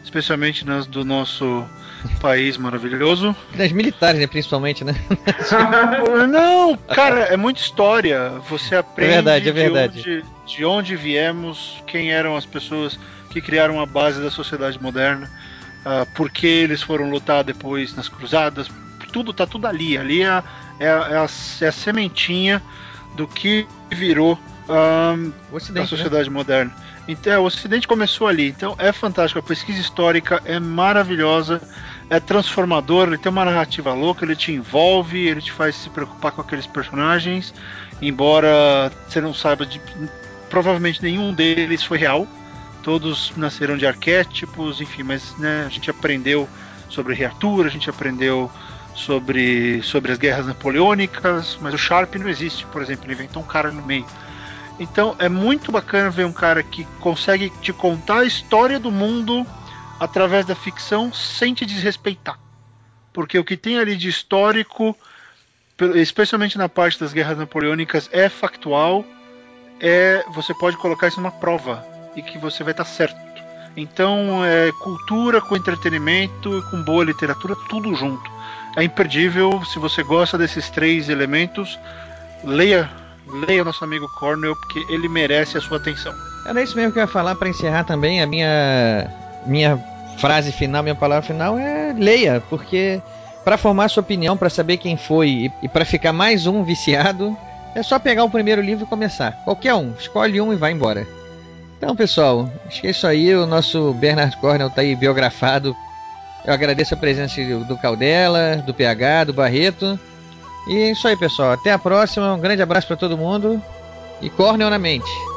especialmente nas do nosso país maravilhoso. Das militares, né, principalmente, né? Não, cara, é muita história. Você aprende É verdade. De onde viemos, quem eram as pessoas que criaram a base da sociedade moderna, por que eles foram lutar depois nas cruzadas. Tá tudo ali. Ali é a sementinha do que virou a sociedade moderna. Então, o Ocidente começou ali. Então é fantástico. A pesquisa histórica é maravilhosa, é transformador. Ele tem uma narrativa louca, ele te envolve, ele te faz se preocupar com aqueles personagens, embora você não saiba provavelmente nenhum deles foi real. Todos nasceram de arquétipos, enfim, mas né, a gente aprendeu sobre Rei Arthur, a gente aprendeu sobre as guerras napoleônicas, mas o Sharp não existe, por exemplo, ele inventou um cara no meio. Então é muito bacana ver um cara que consegue te contar a história do mundo através da ficção sem te desrespeitar. Porque o que tem ali de histórico, especialmente na parte das guerras napoleônicas, é factual, você pode colocar isso numa prova e que você vai estar certo. Então é cultura com entretenimento e com boa literatura, tudo junto. É imperdível. Se você gosta desses 3 elementos, leia nosso amigo Cornell, porque ele merece a sua atenção. Era isso mesmo que eu ia falar para encerrar também. A minha frase final, minha palavra final é leia, porque para formar sua opinião, para saber quem foi e para ficar mais um viciado, é só pegar o primeiro livro e começar. Qualquer um, escolhe um e vai embora. Então, pessoal, acho que é isso aí. O nosso Bernard Cornell está aí biografado. Eu agradeço a presença do Caldela, do PH, do Barreto. E é isso aí, pessoal. Até a próxima. Um grande abraço para todo mundo. E Cornell na mente.